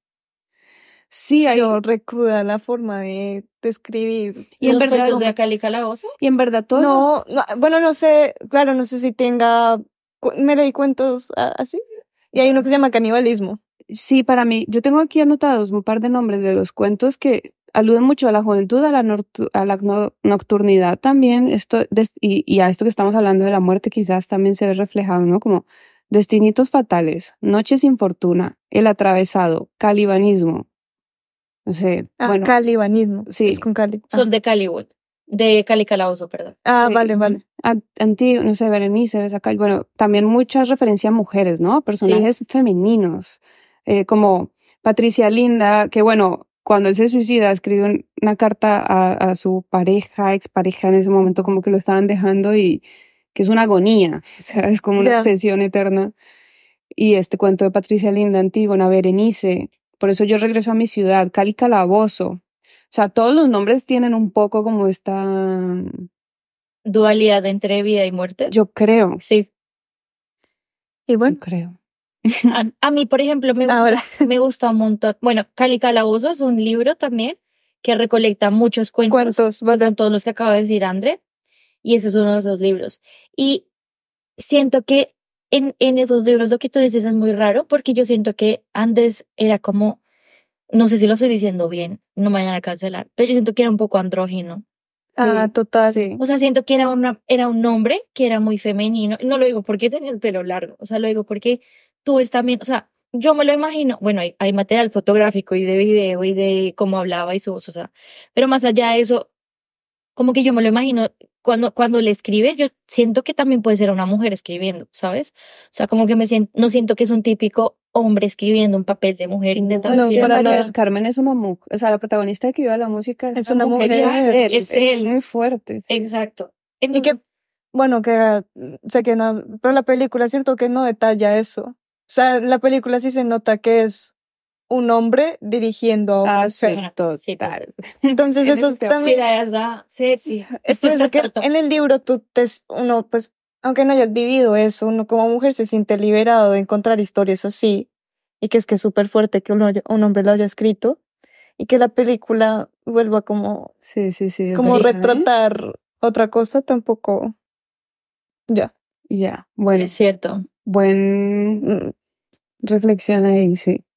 Sí, hay, Pero recruda la forma de describir. y en Los verdad, cuentos de Cali Calabozo. y en verdad todos. No, bueno, no sé, claro, no sé si tenga, me leí cuentos así. Y hay uno que se llama Canibalismo. Sí, para mí, yo tengo aquí anotados un par de nombres de los cuentos que aluden mucho a la juventud, a la nocturnidad también, y a esto que estamos hablando de la muerte quizás también se ve reflejado, ¿no? Como Destinitos Fatales, Noche sin Fortuna, El Atravesado, Calibanismo. No sé, bueno, Calibanismo. sí. Es con Cali. Son de Caliwood, de Cali Calabozo, perdón. Vale, vale. Antiguo, no sé, Berenice, Besacal, bueno, también muchas referencias a mujeres, ¿no? Personajes femeninos, como Patricia Linda, que bueno, cuando él se suicida, escribe una carta a su pareja, expareja en ese momento, como que lo estaban dejando y que es una agonía, o sea, es como una Ya. obsesión eterna. Y este cuento de Patricia Linda, Antígona, Berenice, por eso yo regreso a mi ciudad, Cali Calabozo. O sea, todos los nombres tienen un poco como esta, Dualidad entre vida y muerte. yo creo, Sí. Y yo bueno, creo. A mí, por ejemplo, ahora. me gusta un montón. Bueno, Cali Calabozo es un libro también que recolecta muchos cuentos. Cuentos, que vale. son todos los que acaba de decir André. Y ese es uno de esos libros. Y siento que en esos libros lo que tú dices es muy raro porque yo siento que Andrés era como, no sé si lo estoy diciendo bien, no me vayan a cancelar, pero yo siento que era un poco andrógino. Total. Sí. O sea, siento que era un hombre que era muy femenino. No lo digo porque tenía el pelo largo, o sea, lo digo porque tú ves también, o sea, yo me lo imagino, bueno, hay material fotográfico y de video y de cómo hablaba y su voz, o sea, pero más allá de eso, como que yo me lo imagino cuando le escribe, yo siento que también puede ser una mujer escribiendo, ¿sabes? O sea, como que no siento que es un típico hombre escribiendo un papel de mujer intentando No, decir, para María nada. del Carmen es una mujer, o sea, la protagonista de que viva la música Es una mujer. es Es él. muy fuerte. Exacto. Y que, Entonces, bueno, que sé que no, pero la película es cierto que no detalla eso. O sea, la película sí se nota que es un hombre dirigiendo a una Ah, sí, mujer. total. Entonces En eso eso te también sí, la verdad, sí. es por eso que en el libro uno, pues, aunque no hayas vivido eso, uno como mujer se siente liberado de encontrar historias así y que es súper fuerte que un hombre lo haya escrito y que la película vuelva como Sí, es como verdad, ¿eh? retratar otra cosa tampoco. Ya. Ya, bueno, Es cierto. buen Mm, reflexión ahí, sí.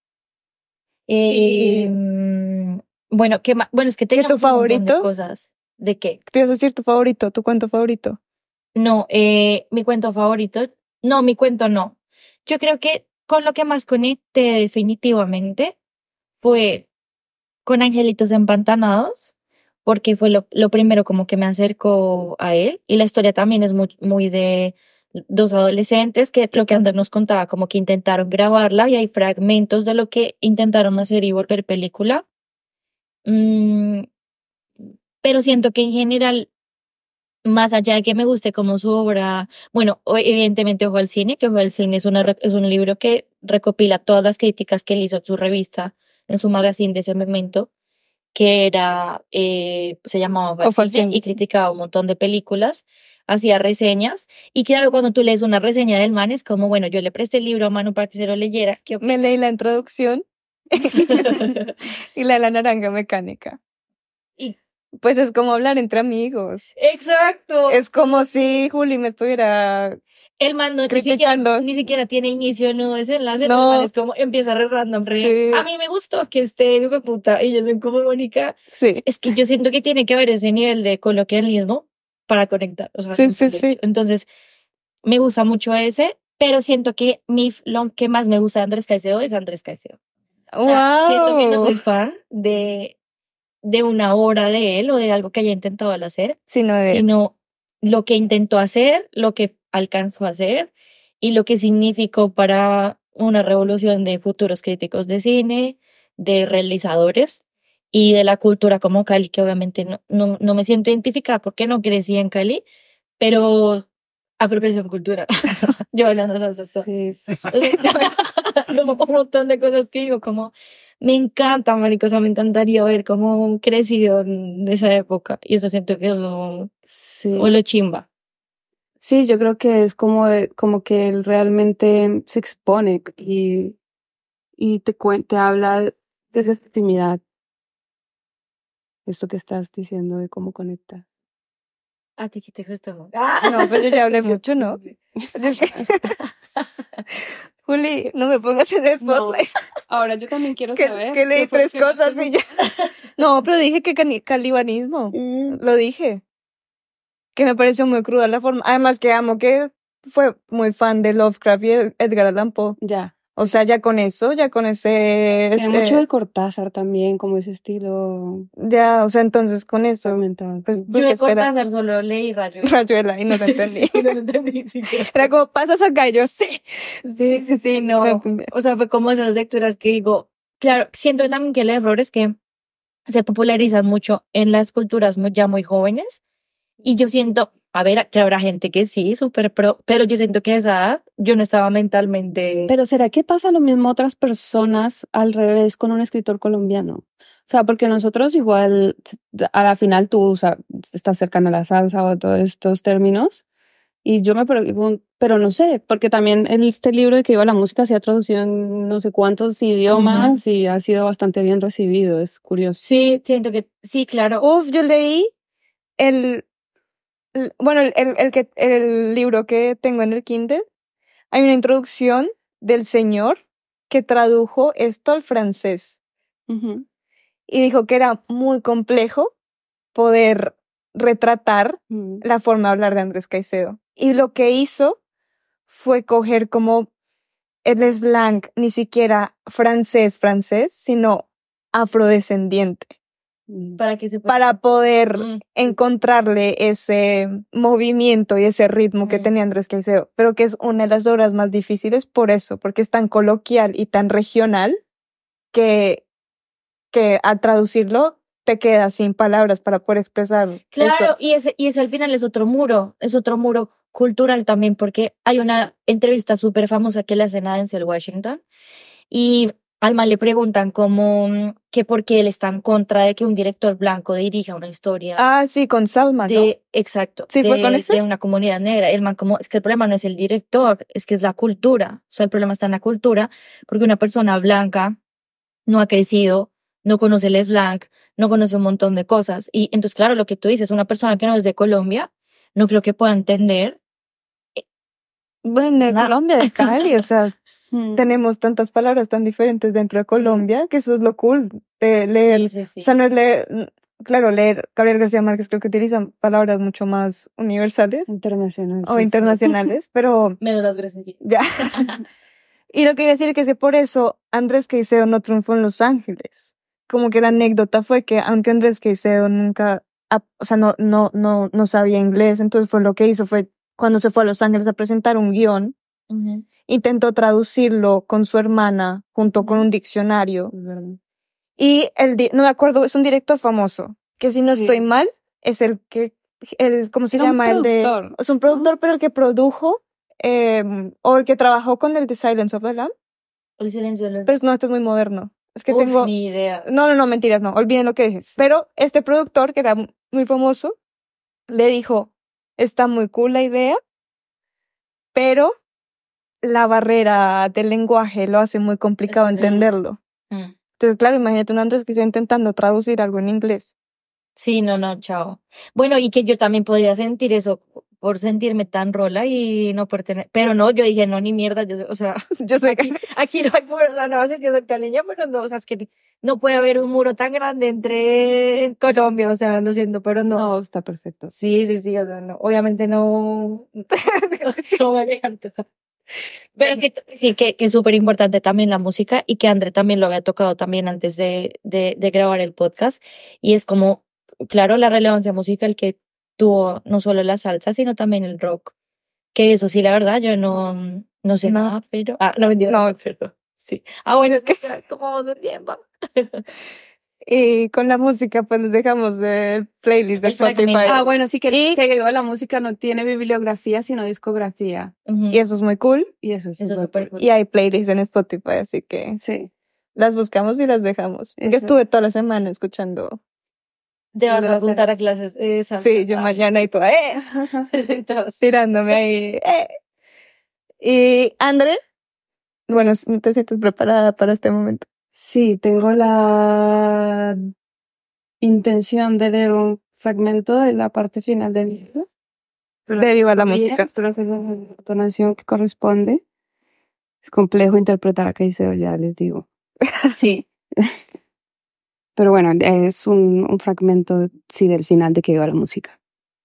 Bueno, ¿qué más? Bueno, es que tengo tu un montón de favorito? cosas. ¿De qué? ¿Te ibas a decir tu favorito, tu cuento favorito? No, mi cuento favorito. No, mi cuento no. Yo creo que con lo que más conecté definitivamente fue con Angelitos Empantanados, porque fue lo primero como que me acercó a él. Y la historia también es muy de dos adolescentes que lo que Ander nos contaba, como que intentaron grabarla y hay fragmentos de lo que intentaron hacer y volver película. Mm, pero siento que en general, más allá de que me guste como su obra, bueno, evidentemente Ojo al Cine, que Ojo al Cine es un libro que recopila todas las críticas que él hizo en su revista, en su magazine de ese momento, que era, se llamaba Ojo al Ojo al Cine Cine. y criticaba un montón de películas, hacía reseñas, y claro, cuando tú lees una reseña del man es como, bueno, yo le presté el libro a Manu para que se lo leyera, ¿qué Me leí la introducción y la naranja mecánica. Y pues es como hablar entre amigos. exacto. Es como si Juli me estuviera El man no, criticando. ni siquiera tiene inicio, no desenlace, No. el man es como empieza re random, Sí. a mí me gustó que esté hijo de puta, y yo soy como Mónica. Sí. Es que yo siento que tiene que haber ese nivel de coloquialismo para conectar, o sea, Sí. Entonces, me gusta mucho ese, pero siento que lo que más me gusta de Andrés Caicedo es Andrés Caicedo. O sea, siento que no soy fan de una obra de él o de algo que haya intentado él hacer, sino lo que intentó hacer, lo que alcanzó a hacer y lo que significó para una revolución de futuros críticos de cine, de realizadores y de la cultura como Cali, que obviamente no me siento identificada porque no crecí en Cali, pero apropiación cultural. Yo hablando salsa. Sí. Como un montón de cosas que digo, como me encanta, marico, o sea, me encantaría ver cómo crecido en esa época. Y eso siento que es Sí. o lo chimba. Sí, yo creo que es como que él realmente se expone y te habla de esa intimidad. Esto que estás diciendo de cómo conecta. A ti que te gusta. No, pero yo ya hablé mucho, ¿no? Es que Juli Juli, no me pongas en el No. spotlight. Ahora yo también quiero Que, saber. que leí ¿por 3 qué cosas no y ya. No, pero dije que calibanismo. Lo dije. Que me pareció muy cruda la forma. Además que amo que fue muy fan de Lovecraft y Edgar Allan Poe. Ya. O sea, ya con eso, ya con ese... Tiene mucho de Cortázar también, como ese estilo Ya, o sea, entonces con eso, fragmentado. pues, Yo ¿qué de esperas? Cortázar solo leí Rayo. Rayuela, y no te entendí. No lo entendí siquiera. Era como, pasas acá, y yo sí. Sí, no. entendí. O sea, fue como esas lecturas que digo, claro, siento también que el error es que se popularizan mucho en las culturas ya muy jóvenes. Y yo siento, a ver, que habrá gente que sí, súper pro, pero yo siento que a esa edad yo no estaba mentalmente. Pero ¿será que pasa lo mismo a otras personas al revés con un escritor colombiano? O sea, porque nosotros igual, a la final tú, o sea, estás cercana a la salsa o a todos estos términos. Y yo me pregunto, pero no sé, porque también este libro de que iba la música se ha traducido en no sé cuántos idiomas y ha sido bastante bien recibido. Es curioso. Sí, siento que sí, claro. Uf, yo leí bueno, el libro que tengo en el Kindle. Hay una introducción del señor que tradujo esto al francés. Ujú. Y dijo que era muy complejo poder retratar Mm. la forma de hablar de Andrés Caicedo. Y lo que hizo fue coger como el slang, ni siquiera francés, sino afrodescendiente, Para que se para poder Mm. encontrarle ese movimiento y ese ritmo que Mm. tenía Andrés Caicedo, pero que es una de las obras más difíciles por eso, porque es tan coloquial y tan regional que al traducirlo te quedas sin palabras para poder expresar Claro, eso. y ese al final es otro muro cultural también, porque hay una entrevista súper famosa que le hacen a Denzel Washington y al man le preguntan que por qué él está en contra de que un director blanco dirija una historia Ah, sí, con Salma, ¿no? exacto, ¿Sí fue con ese? de una comunidad negra. El man es que el problema no es el director, es que es la cultura. O sea, el problema está en la cultura, porque una persona blanca no ha crecido, no conoce el slang, no conoce un montón de cosas. Y entonces, claro, lo que tú dices, una persona que no es de Colombia, no creo que pueda entender. Bueno, de Nada. Colombia, de Cali, o sea, Mm. tenemos tantas palabras tan diferentes dentro de Colombia que eso es lo cool de leer. Sí, sí, sí. O sea, no es leer, claro, leer Gabriel García Márquez creo que utilizan palabras mucho más universales Internacional. o sí. internacionales, pero Menos las groserías. ya. Y lo que iba a decir es que por eso Andrés Caicedo no triunfó en Los Ángeles. Como que la anécdota fue que aunque Andrés Caicedo nunca, o sea, no sabía inglés, entonces fue lo que hizo fue cuando se fue a Los Ángeles a presentar un guión, Ujú. intentó traducirlo con su hermana junto con un diccionario. Es verdad. Y no me acuerdo, es un director famoso, que si no Sí. estoy mal, es ¿cómo se Era un llama? productor, Es un productor, pero el que produjo, o el que trabajó con el The Silence of the Lambs. El silencio de los... Pues no, esto es muy moderno. Es que Uf, tengo... ni idea. No, mentiras, no, olviden lo que dije. Pero este productor, que era muy famoso, le dijo, está muy cool la idea, pero la barrera del lenguaje lo hace muy complicado Es- entenderlo. Mm. Entonces, claro, imagínate un Andrés que está intentando traducir algo en inglés. Sí, no, chao. Bueno, y que yo también podría sentir eso por sentirme tan rola y no por tener, pero no, yo dije, no, ni mierda, o sea, Yo sé que... aquí no hay fuerza, no va a ser que soy caleña, pero no, o sea, es que no puede haber un muro tan grande entre Colombia, o sea, lo siento, pero no. No, está perfecto. Sí, o sea, no, obviamente no, no me voy a empezar. Pero que sí, que es súper importante también la música y que André también lo había tocado también antes de grabar el podcast. Y es como, claro, la relevancia musical que tuvo no solo la salsa, sino también el rock. Que eso sí, la verdad, yo no sé No. nada, pero... Ah, no, mentira, No. pero sí. Ah, bueno, es que como vamos de tiempo. Y con la música, pues nos dejamos del playlist de El fragmento. Spotify. Ah, bueno, sí que, Y- que digo, la música no tiene bibliografía, sino discografía. Ujú. Y eso es muy cool. Y eso es Eso es súper súper cool. Y hay playlists en Spotify, así que Sí. las buscamos y las dejamos. Yo Eso. estuve toda la semana escuchando. Te vas a Haciendo apuntar a clases de salsa. Sí, yo mañana y toda, Entonces, tirándome ahí, Y André, bueno, ¿te sientes preparada para este momento? Sí, tengo la intención de leer un fragmento de la parte final del libro. De Viva la Bien, Música. pero hacer la entonación que corresponde. Es complejo interpretar a Caicedo, ya les digo. Sí. Pero bueno, es un fragmento, sí, del final de Que Viva la Música.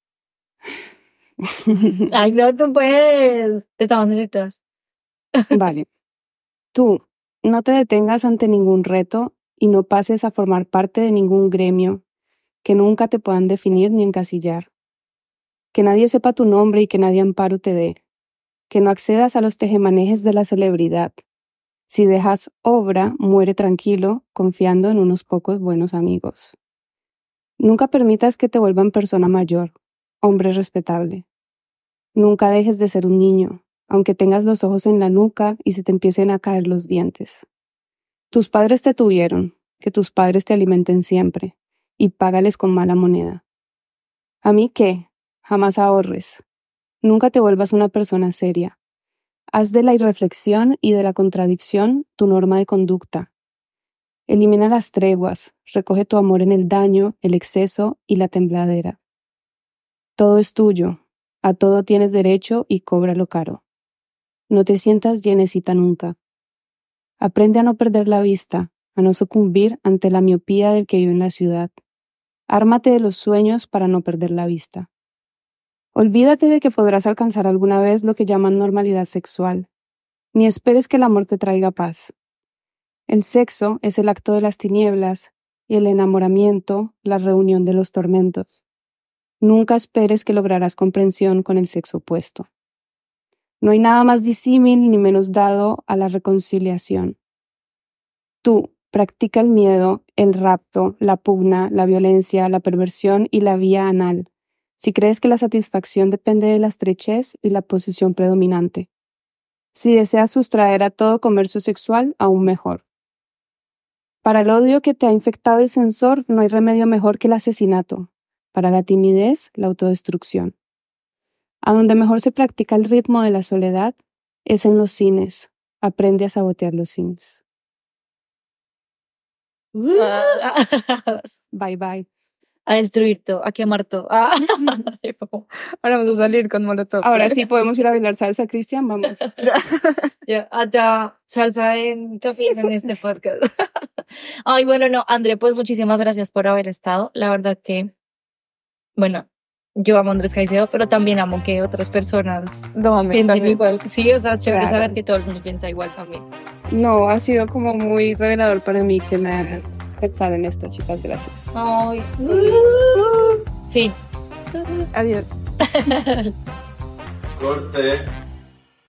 Ay, no, tú puedes. Te estamos necesitas. Vale. Tú, no te detengas ante ningún reto y no pases a formar parte de ningún gremio que nunca te puedan definir ni encasillar. Que nadie sepa tu nombre y que nadie amparo te dé. Que no accedas a los tejemanejes de la celebridad. Si dejas obra, muere tranquilo, confiando en unos pocos buenos amigos. Nunca permitas que te vuelvan persona mayor, hombre respetable. Nunca dejes de ser un niño, aunque tengas los ojos en la nuca y se te empiecen a caer los dientes. Tus padres te tuvieron, que tus padres te alimenten siempre, y págales con mala moneda. ¿A mí qué? Jamás ahorres. Nunca te vuelvas una persona seria. Haz de la irreflexión y de la contradicción tu norma de conducta. Elimina las treguas, recoge tu amor en el daño, el exceso y la tembladera. Todo es tuyo, a todo tienes derecho y cóbralo caro. No te sientas llenecita nunca. Aprende a no perder la vista, a no sucumbir ante la miopía del que vive en la ciudad. Ármate de los sueños para no perder la vista. Olvídate de que podrás alcanzar alguna vez lo que llaman normalidad sexual. Ni esperes que el amor te traiga paz. El sexo es el acto de las tinieblas y el enamoramiento, la reunión de los tormentos. Nunca esperes que lograrás comprensión con el sexo opuesto. No hay nada más disímil ni menos dado a la reconciliación. Tú practica el miedo, el rapto, la pugna, la violencia, la perversión y la vía anal, si crees que la satisfacción depende de la estrechez y la posición predominante. Si deseas sustraer a todo comercio sexual, aún mejor. Para el odio que te ha infectado el sensor, no hay remedio mejor que el asesinato. Para la timidez, la autodestrucción. A donde mejor se practica el ritmo de la soledad es en los cines. Aprende a sabotear los cines. Bye bye. A destruir todo, a quemar todo. Ahora vamos a salir con Molotov. Ahora sí podemos ir a bailar salsa, Cristian, vamos. Ya, hasta salsa en café en este podcast. Ay, bueno, no, André, pues muchísimas gracias por haber estado. La verdad que, bueno, yo amo a Andrés Caicedo, pero también amo que otras personas No, piensen también. igual. Sí, o sea, es chévere Claro. saber que todo el mundo piensa igual también. No, ha sido como muy revelador para mí que me hagan pensar en esto, chicas, gracias. Ay. Fin. Adiós. Corte.